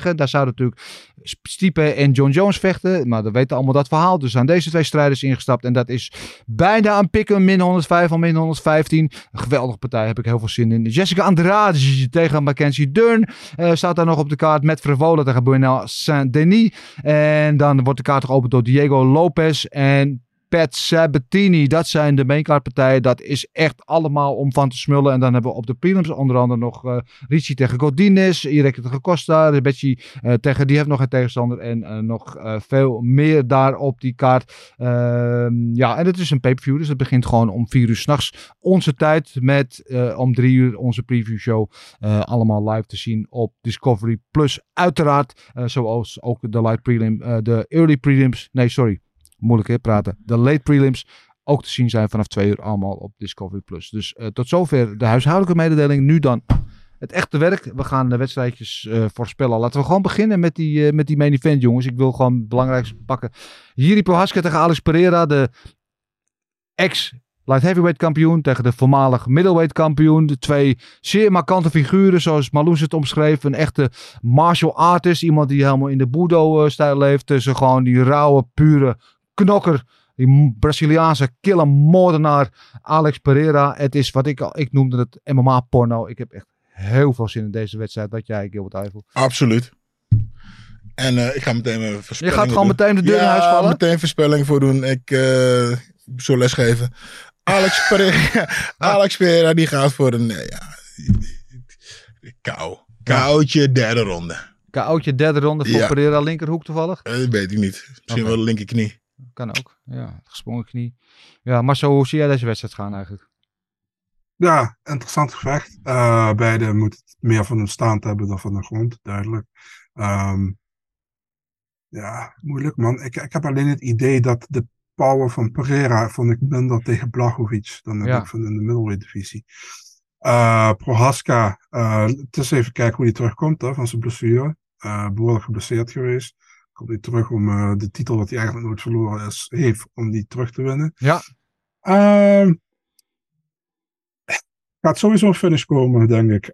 zeggen. Daar zouden natuurlijk Stipe en John Jones vechten. Maar we weten allemaal dat verhaal. Dus zijn deze 2 strijders ingestapt. En dat is bijna een pick-up, min 105 al min 115. Een geweldige partij, heb ik heel veel zin in. Jessica Andrade tegen Mackenzie Dern. Staat daar nog op de kaart. Met Frevola tegen Buenel Saint-Denis. En dan wordt de kaart geopend door Diego Lopez en Pat Sabatini. Dat zijn de maincardpartijen. Dat is echt allemaal om van te smullen. En dan hebben we op de prelims onder andere nog Ricci tegen Godinez. Irek tegen Costa. Rebecci tegen, die heeft nog een tegenstander. En nog veel meer daar op die kaart. Ja, en het is een pay-per-view. Dus het begint gewoon om 4 uur 's nachts. Onze tijd met om 3 uur onze preview show. Allemaal live te zien op Discovery Plus. Uiteraard. Zoals ook de light prelim. De early prelims. Nee, sorry. Moeilijk hè, praten. De late prelims ook te zien zijn vanaf 2 uur allemaal op Discovery Plus. Dus tot zover de huishoudelijke mededeling. Nu dan het echte werk. We gaan de wedstrijdjes voorspellen. Laten we gewoon beginnen met die main event, jongens. Ik wil gewoon het belangrijkste pakken. Jiri Prochazka tegen Alex Pereira. De ex-light heavyweight kampioen tegen de voormalig middleweight kampioen. De 2 zeer markante figuren, zoals Marloes het omschreef. Een echte martial artist. Iemand die helemaal in de Budo-stijl leeft. Tussen gewoon die rauwe, pure knokker, die Braziliaanse killer moordenaar Alex Pereira. Het is wat ik noemde het MMA-porno. Ik heb echt heel veel zin in deze wedstrijd. Wat jij, Gilbert Eiffel? Absoluut. En ik ga meteen mijn voorspelling. Je gaat gewoon meteen de deur in huis vallen? Ja, meteen voorspelling voor doen. Ik zal lesgeven. Alex Pereira die gaat voor een KO'tje derde ronde. KO'tje derde ronde voor Pereira, linkerhoek toevallig? Dat weet ik niet. Misschien wel de linkerknie. Kan ook. Ja, gesprongen knie. Ja, Marcel, hoe zie jij deze wedstrijd gaan eigenlijk? Ja, interessant gevecht. Beide moeten het meer van een staand hebben dan van de grond, duidelijk. Ja, moeilijk man. Ik heb alleen het idee dat de power van Pereira vond ik minder tegen Blachowicz dan ik van in de middleweight divisie. Prochazka, het is even kijken hoe hij terugkomt van zijn blessure. Behoorlijk geblesseerd geweest. Komt hij terug om de titel wat hij eigenlijk nooit verloren heeft, om die terug te winnen. Ja. Gaat sowieso een finish komen, denk ik.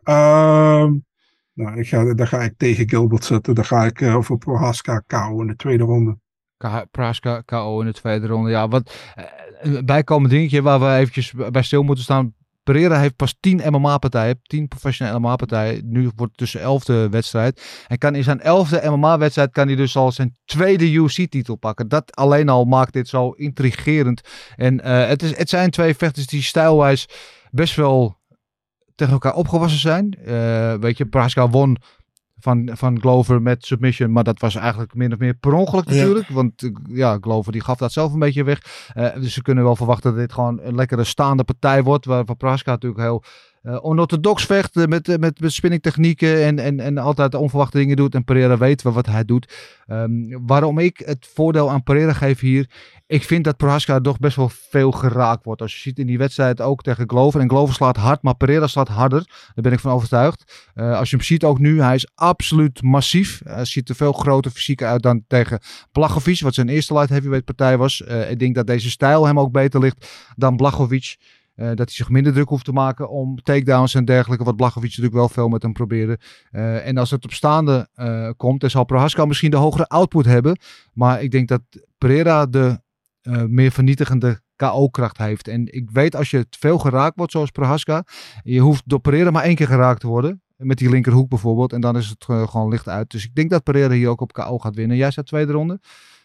Daar ga ik tegen Gilbert zitten. Daar ga ik voor Prochazka KO in de tweede ronde. Prochazka KO in de tweede ronde. Ja, wat bijkomend dingetje waar we eventjes bij stil moeten staan. Pereira heeft pas 10 MMA-partijen, 10 professionele MMA-partijen. Nu wordt het dus de 11e wedstrijd. En kan in zijn 11e MMA-wedstrijd kan hij dus al zijn tweede UFC-titel pakken. Dat alleen al maakt dit zo intrigerend. En het zijn 2 vechters die stijlwijs best wel tegen elkaar opgewassen zijn. Weet je, Prochazka won van Glover met submission, maar dat was eigenlijk min of meer per ongeluk natuurlijk. Ja. Want Glover die gaf dat zelf een beetje weg. Dus ze kunnen wel verwachten dat dit gewoon een lekkere staande partij wordt, waar Prochazka natuurlijk heel onorthodox vecht met spinningtechnieken en altijd onverwachte dingen doet. En Pereira weet wat hij doet. Waarom ik het voordeel aan Pereira geef hier, ik vind dat Prochazka toch best wel veel geraakt wordt. Als je ziet in die wedstrijd ook tegen Glover. En Glover slaat hard, maar Pereira slaat harder. Daar ben ik van overtuigd. Als je hem ziet ook nu, hij is absoluut massief. Hij ziet er veel groter fysiek uit dan tegen Blachowicz, wat zijn eerste light heavyweight partij was. Ik denk dat deze stijl hem ook beter ligt dan Blachowicz. Dat hij zich minder druk hoeft te maken om takedowns en dergelijke. Wat Blachowicz natuurlijk wel veel met hem probeerde. En als het op staande komt, dan zal Prochazka misschien de hogere output hebben. Maar ik denk dat Pereira de meer vernietigende KO-kracht heeft. En ik weet als je veel geraakt wordt zoals Prochazka. Je hoeft door Pereira maar 1 keer geraakt te worden. Met die linkerhoek bijvoorbeeld. En dan is het gewoon licht uit. Dus ik denk dat Pereira hier ook op KO gaat winnen. Jij zei tweede ronde?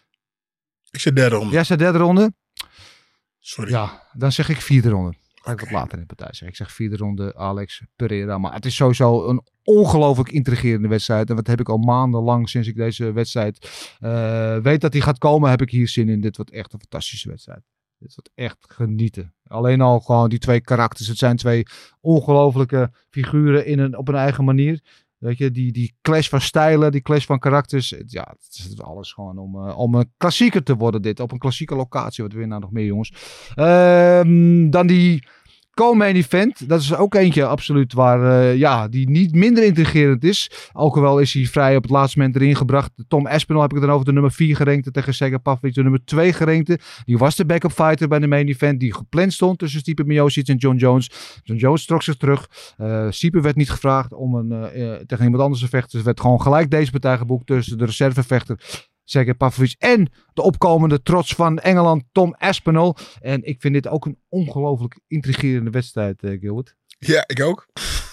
Ik zei derde ronde. Jij zei derde ronde? Sorry. Ja, dan zeg ik vierde ronde. Ga ik wat later in de partij zeggen. Ik zeg vierde ronde Alex Pereira. Maar het is sowieso een ongelooflijk intrigerende wedstrijd. En wat heb ik al maandenlang sinds ik deze wedstrijd weet dat die gaat komen, heb ik hier zin in. Dit wordt echt een fantastische wedstrijd. Dit wordt echt genieten. Alleen al gewoon die 2 karakters. Het zijn 2 ongelofelijke figuren op een eigen manier. Weet je, die clash van stijlen, die clash van karakters. Ja, het is alles gewoon om een klassieker te worden dit. Op een klassieke locatie. Wat wil je nou nog meer, jongens? Dan die Co-main event, dat is ook eentje absoluut waar, die niet minder intrigerend is. Ook al is hij vrij op het laatste moment erin gebracht. Tom Aspinall heb ik het dan over, de nummer 4 gerankte tegen Sergej Pavlovich, de nummer 2 gerankte. Die was de backup fighter bij de main event, die gepland stond tussen Stipe Miocic en John Jones. John Jones trok zich terug. Stipe werd niet gevraagd om tegen iemand anders te vechten. Dus werd gewoon gelijk deze partij geboekt tussen de reservevechter Sergej Pavlovich en de opkomende trots van Engeland, Tom Aspinall. En ik vind dit ook een ongelooflijk intrigerende wedstrijd, Gilbert. Ja, ik ook.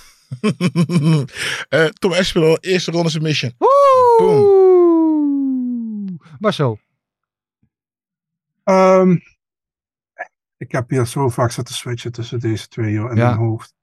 Tom Aspinall, eerste ronde submission. Boom. Marcel. Ik heb hier zo vaak zitten switchen tussen deze twee in mijn hoofd.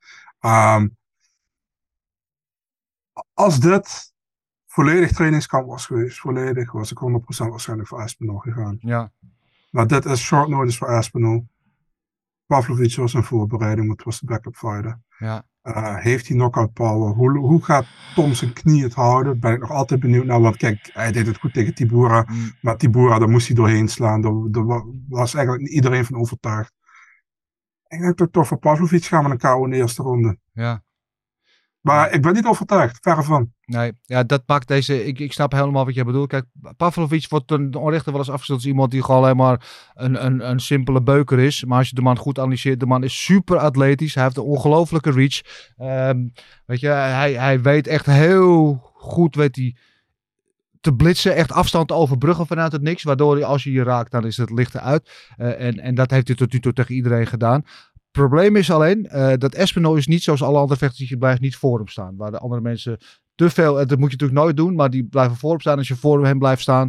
Als dit volledig trainingskamp was geweest, was ik 100% waarschijnlijk voor Aspinall gegaan. Ja. Maar dit is short notice voor Aspinall. Pavlovich was een voorbereiding, maar het was de backup fighter. Ja. Heeft hij knockout power? Hoe gaat Tom zijn knie het houden? Ben ik nog altijd benieuwd naar. Want kijk, hij deed het goed tegen Tibura. Maar Tibura, daar moest hij doorheen slaan. Daar was eigenlijk niet iedereen van overtuigd. Ik denk dat toch voor Pavlovich gaan we een KO in de eerste ronde. Ja. Maar ik ben niet overtuigd, verre van. Nee, ja, dat maakt deze... Ik snap helemaal wat jij bedoelt. Kijk, Pavlovich wordt ten onrechte wel eens afgesteld als iemand die gewoon alleen maar een simpele beuker is. Maar als je de man goed analyseert, de man is super atletisch. Hij heeft een ongelofelijke reach. Weet je, hij weet echt heel goed, te blitsen, echt afstand te overbruggen vanuit het niks. Waardoor als je raakt, dan is het licht eruit. En dat heeft hij tot nu toe tegen iedereen gedaan. Het probleem is alleen dat Aspinall is niet zoals alle andere vechters, die blijft niet voor hem staan. Waar de andere mensen te veel, dat moet je natuurlijk nooit doen, maar die blijven voor hem staan. Als je voor hem blijft staan,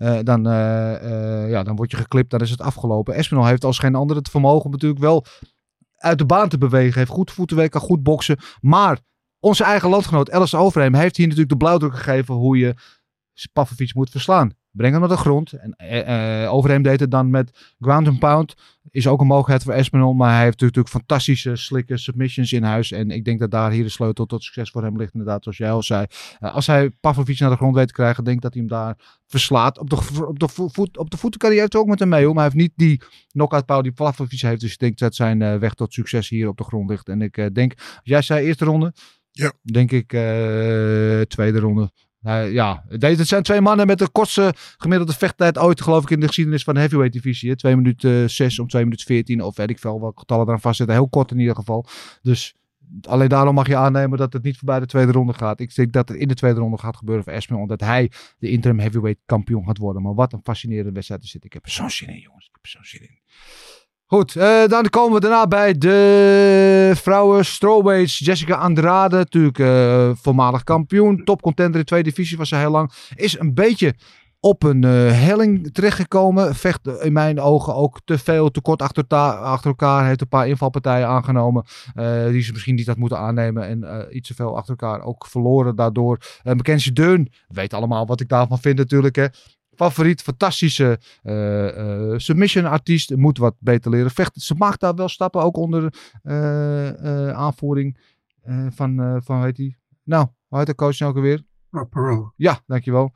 dan word je geklipt, dan is het afgelopen. Aspinall heeft als geen ander het vermogen om natuurlijk wel uit de baan te bewegen. Heeft goed voetenwerk, kan goed boksen. Maar onze eigen landgenoot Alistair Overeem heeft hier natuurlijk de blauwdruk gegeven hoe je Pavlovich moet verslaan. Breng hem naar de grond. En Overeem deed het dan met ground and pound. Is ook een mogelijkheid voor Aspinall. Maar hij heeft natuurlijk fantastische slikke submissions in huis. En ik denk dat daar hier de sleutel tot succes voor hem ligt. Inderdaad, zoals jij al zei. Als hij Pavlovich naar de grond weet te krijgen, denk ik dat hij hem daar verslaat. Op de voeten kan hij het ook met hem mee. Maar hij heeft niet die knockout power die Pavlovich heeft. Dus ik denk dat zijn weg tot succes hier op de grond ligt. En ik denk, jij zei eerste ronde. Ja. Denk ik tweede ronde. Het zijn twee mannen met de kortste gemiddelde vechttijd ooit, geloof ik, in de geschiedenis van de heavyweight divisie. 2 minuten 6 om 2 minuten 14 of weet ik veel welke getallen eraan vastzitten. Heel kort in ieder geval. Dus alleen daarom mag je aannemen dat het niet voorbij de tweede ronde gaat. Ik denk dat het in de tweede ronde gaat gebeuren voor Aspinall, omdat hij de interim heavyweight kampioen gaat worden. Maar wat een fascinerende wedstrijd er zit. Ik heb er zo'n zin in, jongens. Ik heb er zo'n zin in. Goed, dan komen we daarna bij de vrouwen strawweights. Jessica Andrade, natuurlijk voormalig kampioen. Topcontender in 2 divisies was ze heel lang. Is een beetje op een helling terechtgekomen. Vecht in mijn ogen ook te veel, te kort achter elkaar. Heeft een paar invalpartijen aangenomen. Die ze misschien niet had moeten aannemen. En iets te veel achter elkaar ook verloren daardoor. Mackenzie Dern, weet allemaal wat ik daarvan vind natuurlijk, hè. Favoriet, fantastische submission artiest. Moet wat beter leren vechten. Ze maakt daar wel stappen, ook onder aanvoering van weet hij. Nou, hoe heet de coach nou ook alweer? Perillo. Ja, dankjewel.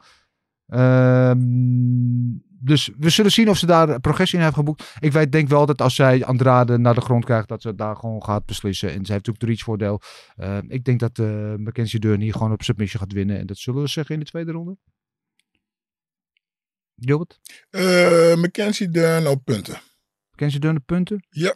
Dus we zullen zien of ze daar progressie in heeft geboekt. Ik denk wel dat als zij Andrade naar de grond krijgt, dat ze daar gewoon gaat beslissen. En ze heeft natuurlijk de reach voordeel. Ik denk dat Mackenzie Dern hier gewoon op submission gaat winnen. En dat zullen we zeggen in de tweede ronde. Gilbert? Mackenzie Dern op punten. Mackenzie Dern op punten? Ja.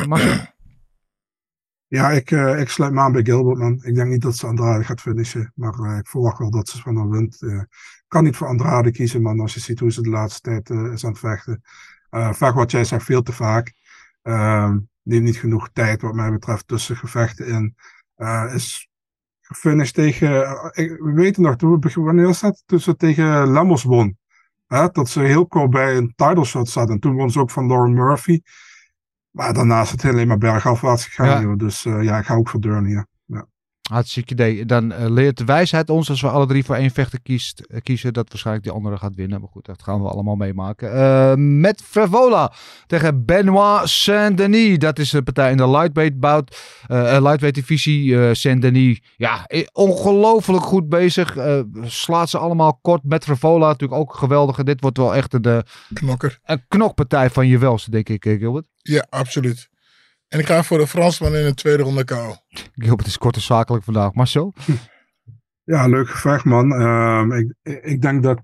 Ja, ik sluit me aan bij Gilbert, man. Ik denk niet dat ze Andrade gaat finishen. Maar ik verwacht wel dat ze van haar wint. Kan niet voor Andrade kiezen, man. Als je ziet hoe ze de laatste tijd is aan het vechten. Vaak wat jij zegt, veel te vaak. Neemt niet genoeg tijd, wat mij betreft, tussen gevechten in. Is gefinished tegen... we weten nog, wanneer is dat? Toen ze tegen Lemos won. Dat ze heel kort bij een title shot zat. En toen won ze ook van Lauren Murphy. Maar daarna is het alleen maar bergafwaarts gegaan. Ja. Dus ik ga ook voor Dern hier. Ja. Hartstikke idee. Dan leert de wijsheid ons, als we alle 3 voor 1 vechter kiezen, dat waarschijnlijk die andere gaat winnen. Maar goed, dat gaan we allemaal meemaken. Met Frevola tegen Benoit Saint-Denis. Dat is de partij in de lightweight divisie. Saint-Denis, ja, ongelooflijk goed bezig. Slaat ze allemaal kort. Met Frevola natuurlijk ook geweldig. Dit wordt wel echt een knokpartij van je welste, denk ik, Gilbert. Ja, absoluut. En ik ga voor de Fransman in de tweede ronde KO. Gilbert is kort en zakelijk vandaag. Marcel? Ja, leuk gevecht, man. Ik denk dat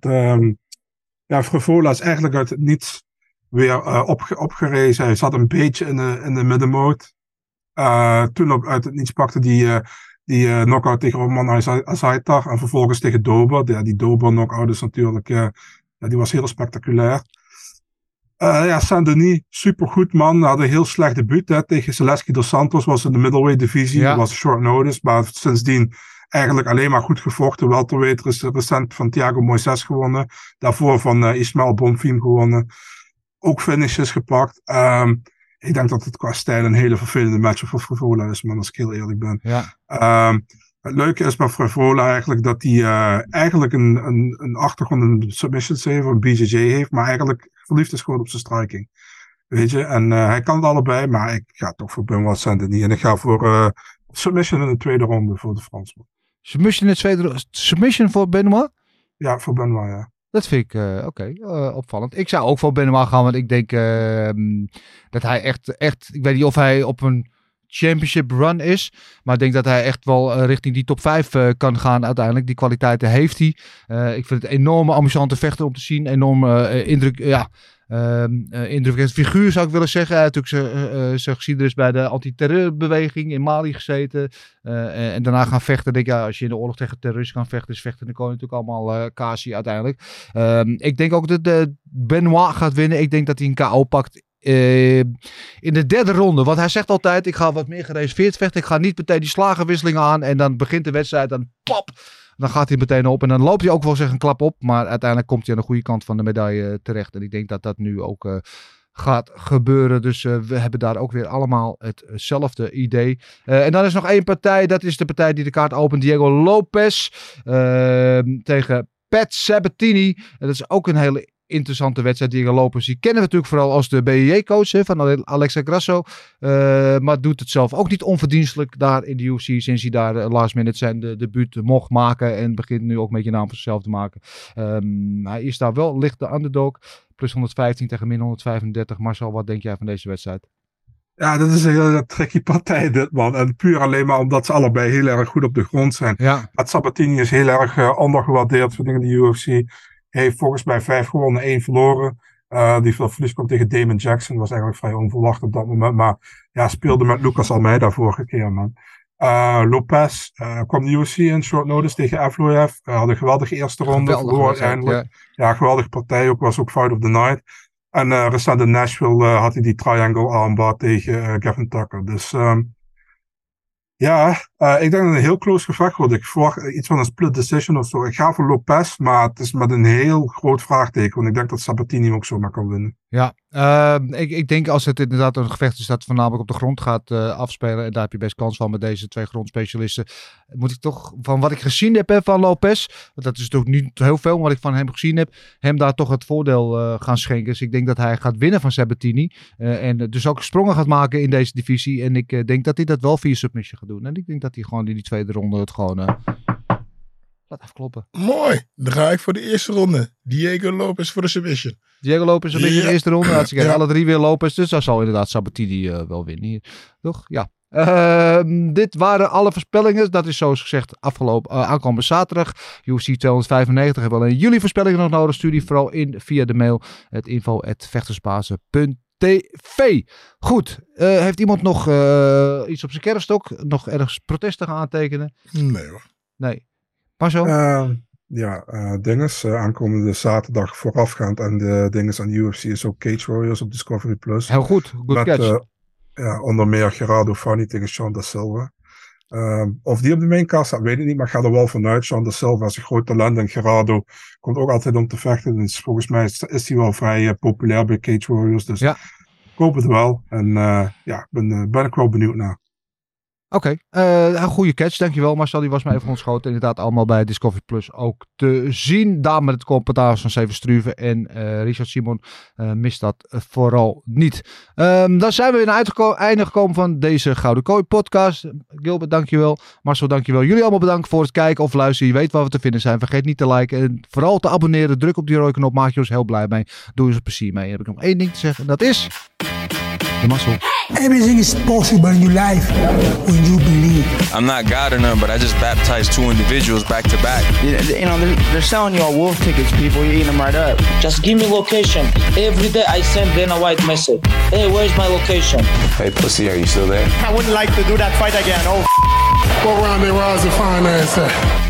Frevola is eigenlijk uit het niets weer opgerezen. Hij zat een beetje in de middenmoot. Toen ook uit het niets pakte die knockout tegen Roman Azaitar. En vervolgens tegen Dober. Ja, die Dober knockout is natuurlijk... die was heel spectaculair. Saint-Denis, supergoed man. Had een heel slecht debuut tegen Zaleski dos Santos. Was in de middleweight divisie. Ja. Was short notice. Maar sindsdien eigenlijk alleen maar goed gevochten. Welterweight is recent van Thiago Moises gewonnen. Daarvoor van Ismael Bonfim gewonnen. Ook finishes gepakt. Ik denk dat het qua stijl een hele vervelende match voor Frevola is, man, als ik heel eerlijk ben. Ja. Het leuke is bij Frevola eigenlijk dat hij eigenlijk een achtergrond in submissions heeft, een BJJ heeft, maar eigenlijk verliefd is gewoon op zijn striking. Weet je, en hij kan het allebei, maar ik ga toch voor Benoit Saint-Denis. En ik ga voor submission in de tweede ronde voor de Fransman. Submission voor Benoit? Ja, voor Benoit, ja. Dat vind ik opvallend. Ik zou ook voor Benoit gaan, want ik denk dat hij echt... Ik weet niet of hij op een championship run is, maar ik denk dat hij echt wel richting die top 5 kan gaan uiteindelijk. Die kwaliteiten heeft hij. Ik vind het een enorme amusante vechter om te zien. Enorme indrukwekkend figuur zou ik willen zeggen. Hij heeft natuurlijk zijn geschiedenis bij de anti-terreurbeweging in Mali gezeten. En daarna gaan vechten. Denk als je in de oorlog tegen terroristen kan vechten, is vechten, dan kon je natuurlijk allemaal Kasi uiteindelijk. Ik denk ook dat Benoit gaat winnen. Ik denk dat hij een KO pakt in de derde ronde. Want hij zegt altijd, ik ga wat meer gereserveerd vechten. Ik ga niet meteen die slagenwisselingen aan. En dan begint de wedstrijd, dan pop. Dan gaat hij meteen op en dan loopt hij ook wel een klap op. Maar uiteindelijk komt hij aan de goede kant van de medaille terecht. En ik denk dat dat nu ook gaat gebeuren. Dus we hebben daar ook weer allemaal hetzelfde idee. En dan is nog één partij. Dat is de partij die de kaart opent. Diego Lopes tegen Pat Sabatini. Dat is ook een hele interessante wedstrijd. Diego Lopes, die kennen we natuurlijk vooral als de BJJ-coach van Alexa Grasso. Maar doet het zelf ook niet onverdienstelijk daar in de UFC. Sinds hij daar last minute zijn debuut mocht maken. En begint nu ook met je naam voor zichzelf te maken. Hij is daar wel licht de underdog. Plus 115 tegen min 135. Marcel, wat denk jij van deze wedstrijd? Ja, dat is een hele tricky partij dit, man. En puur alleen maar omdat ze allebei heel erg goed op de grond zijn. Ja. Maar Sabatini is heel erg ondergewaardeerd voor dingen in de UFC. Hij heeft volgens mij 5 gewonnen, 1 verloren. Die verlies kwam tegen Damon Jackson. Was eigenlijk vrij onverwacht op dat moment. Maar ja, speelde met Lucas Almeida vorige keer, man. Lopez kwam de UFC in short notice tegen Evloev. Had een geweldige eerste ronde. Verloor uiteindelijk. Ja, geweldige partij. Was ook fight of the night. En recent in Nashville had hij die triangle armbar tegen Gavin Tucker. Dus ik denk dat het een heel close gevecht wordt. Ik verwacht iets van een split decision of zo. Ik ga voor Lopez, maar het is met een heel groot vraagteken. Want ik denk dat Sabatini ook zomaar kan winnen. Ja, ik denk als het inderdaad een gevecht is dat voornamelijk op de grond gaat afspelen. En daar heb je best kans van met deze 2 grondspecialisten. Moet ik toch, van wat ik gezien heb van Lopez, want dat is natuurlijk niet heel veel, maar wat ik van hem gezien heb, hem daar toch het voordeel gaan schenken. Dus ik denk dat hij gaat winnen van Sabatini. En dus ook sprongen gaat maken in deze divisie. En ik denk dat hij dat wel via submission gaat doen. En ik denk dat hij gewoon in die tweede ronde het gewoon laat afkloppen. Mooi. Dan ga ik voor de eerste ronde. Diego Lopes voor de submission. Diego Lopes een beetje in de eerste ronde. Alle 3 weer Lopes. Dus dan zal inderdaad Sabatini wel winnen hier. Toch? Ja. Dit waren alle voorspellingen. Dat is zoals gezegd aankomende zaterdag. UFC 295 hebben we alleen jullie voorspellingen nog nodig. Stuur die vooral in via de mail. Het info@vechtersbazen.tv. Goed. Heeft iemand nog iets op zijn kerfstok? Nog ergens protest te gaan aantekenen? Nee hoor. Nee. Marcel? Dinges. Aankomende zaterdag voorafgaand aan de dinges aan de UFC is ook Cage Warriors op Discovery Plus. Heel goed. Good catch. Onder meer Gerardo Fanny tegen Sean Da Silva. Of die op de maincast staat, weet ik niet, maar ik ga er wel vanuit. Sean Da Silva is een groot talent en Gerardo komt ook altijd om te vechten. Dus volgens mij is hij wel vrij populair bij Cage Warriors. Dus ik hoop het wel. En ben ik wel benieuwd naar. Oké, een goede catch, dankjewel Marcel, die was me even ontschoten. Inderdaad allemaal bij Discovery Plus ook te zien. Daar met het commentaar van Steven Struve en Richard Simon mist dat vooral niet. Dan zijn we weer naar het einde gekomen van deze Gouden Kooi podcast. Gilbert, dankjewel. Marcel, dankjewel. Jullie allemaal bedankt voor het kijken of luisteren. Je weet waar we te vinden zijn. Vergeet niet te liken en vooral te abonneren. Druk op die rode knop, maak je ons heel blij mee. Doe eens een plezier mee. En dan heb ik nog 1 ding te zeggen en dat is de Marcel. Everything is possible in your life when you believe. I'm not God or none, but I just baptized 2 individuals back to back. They're selling you all wolf tickets, people. You're eating them right up. Just give me location. Every day I send Dana White message. Hey, where's my location? Hey, pussy, are you still there? I wouldn't like to do that fight again. Oh, What round they rise to finance that?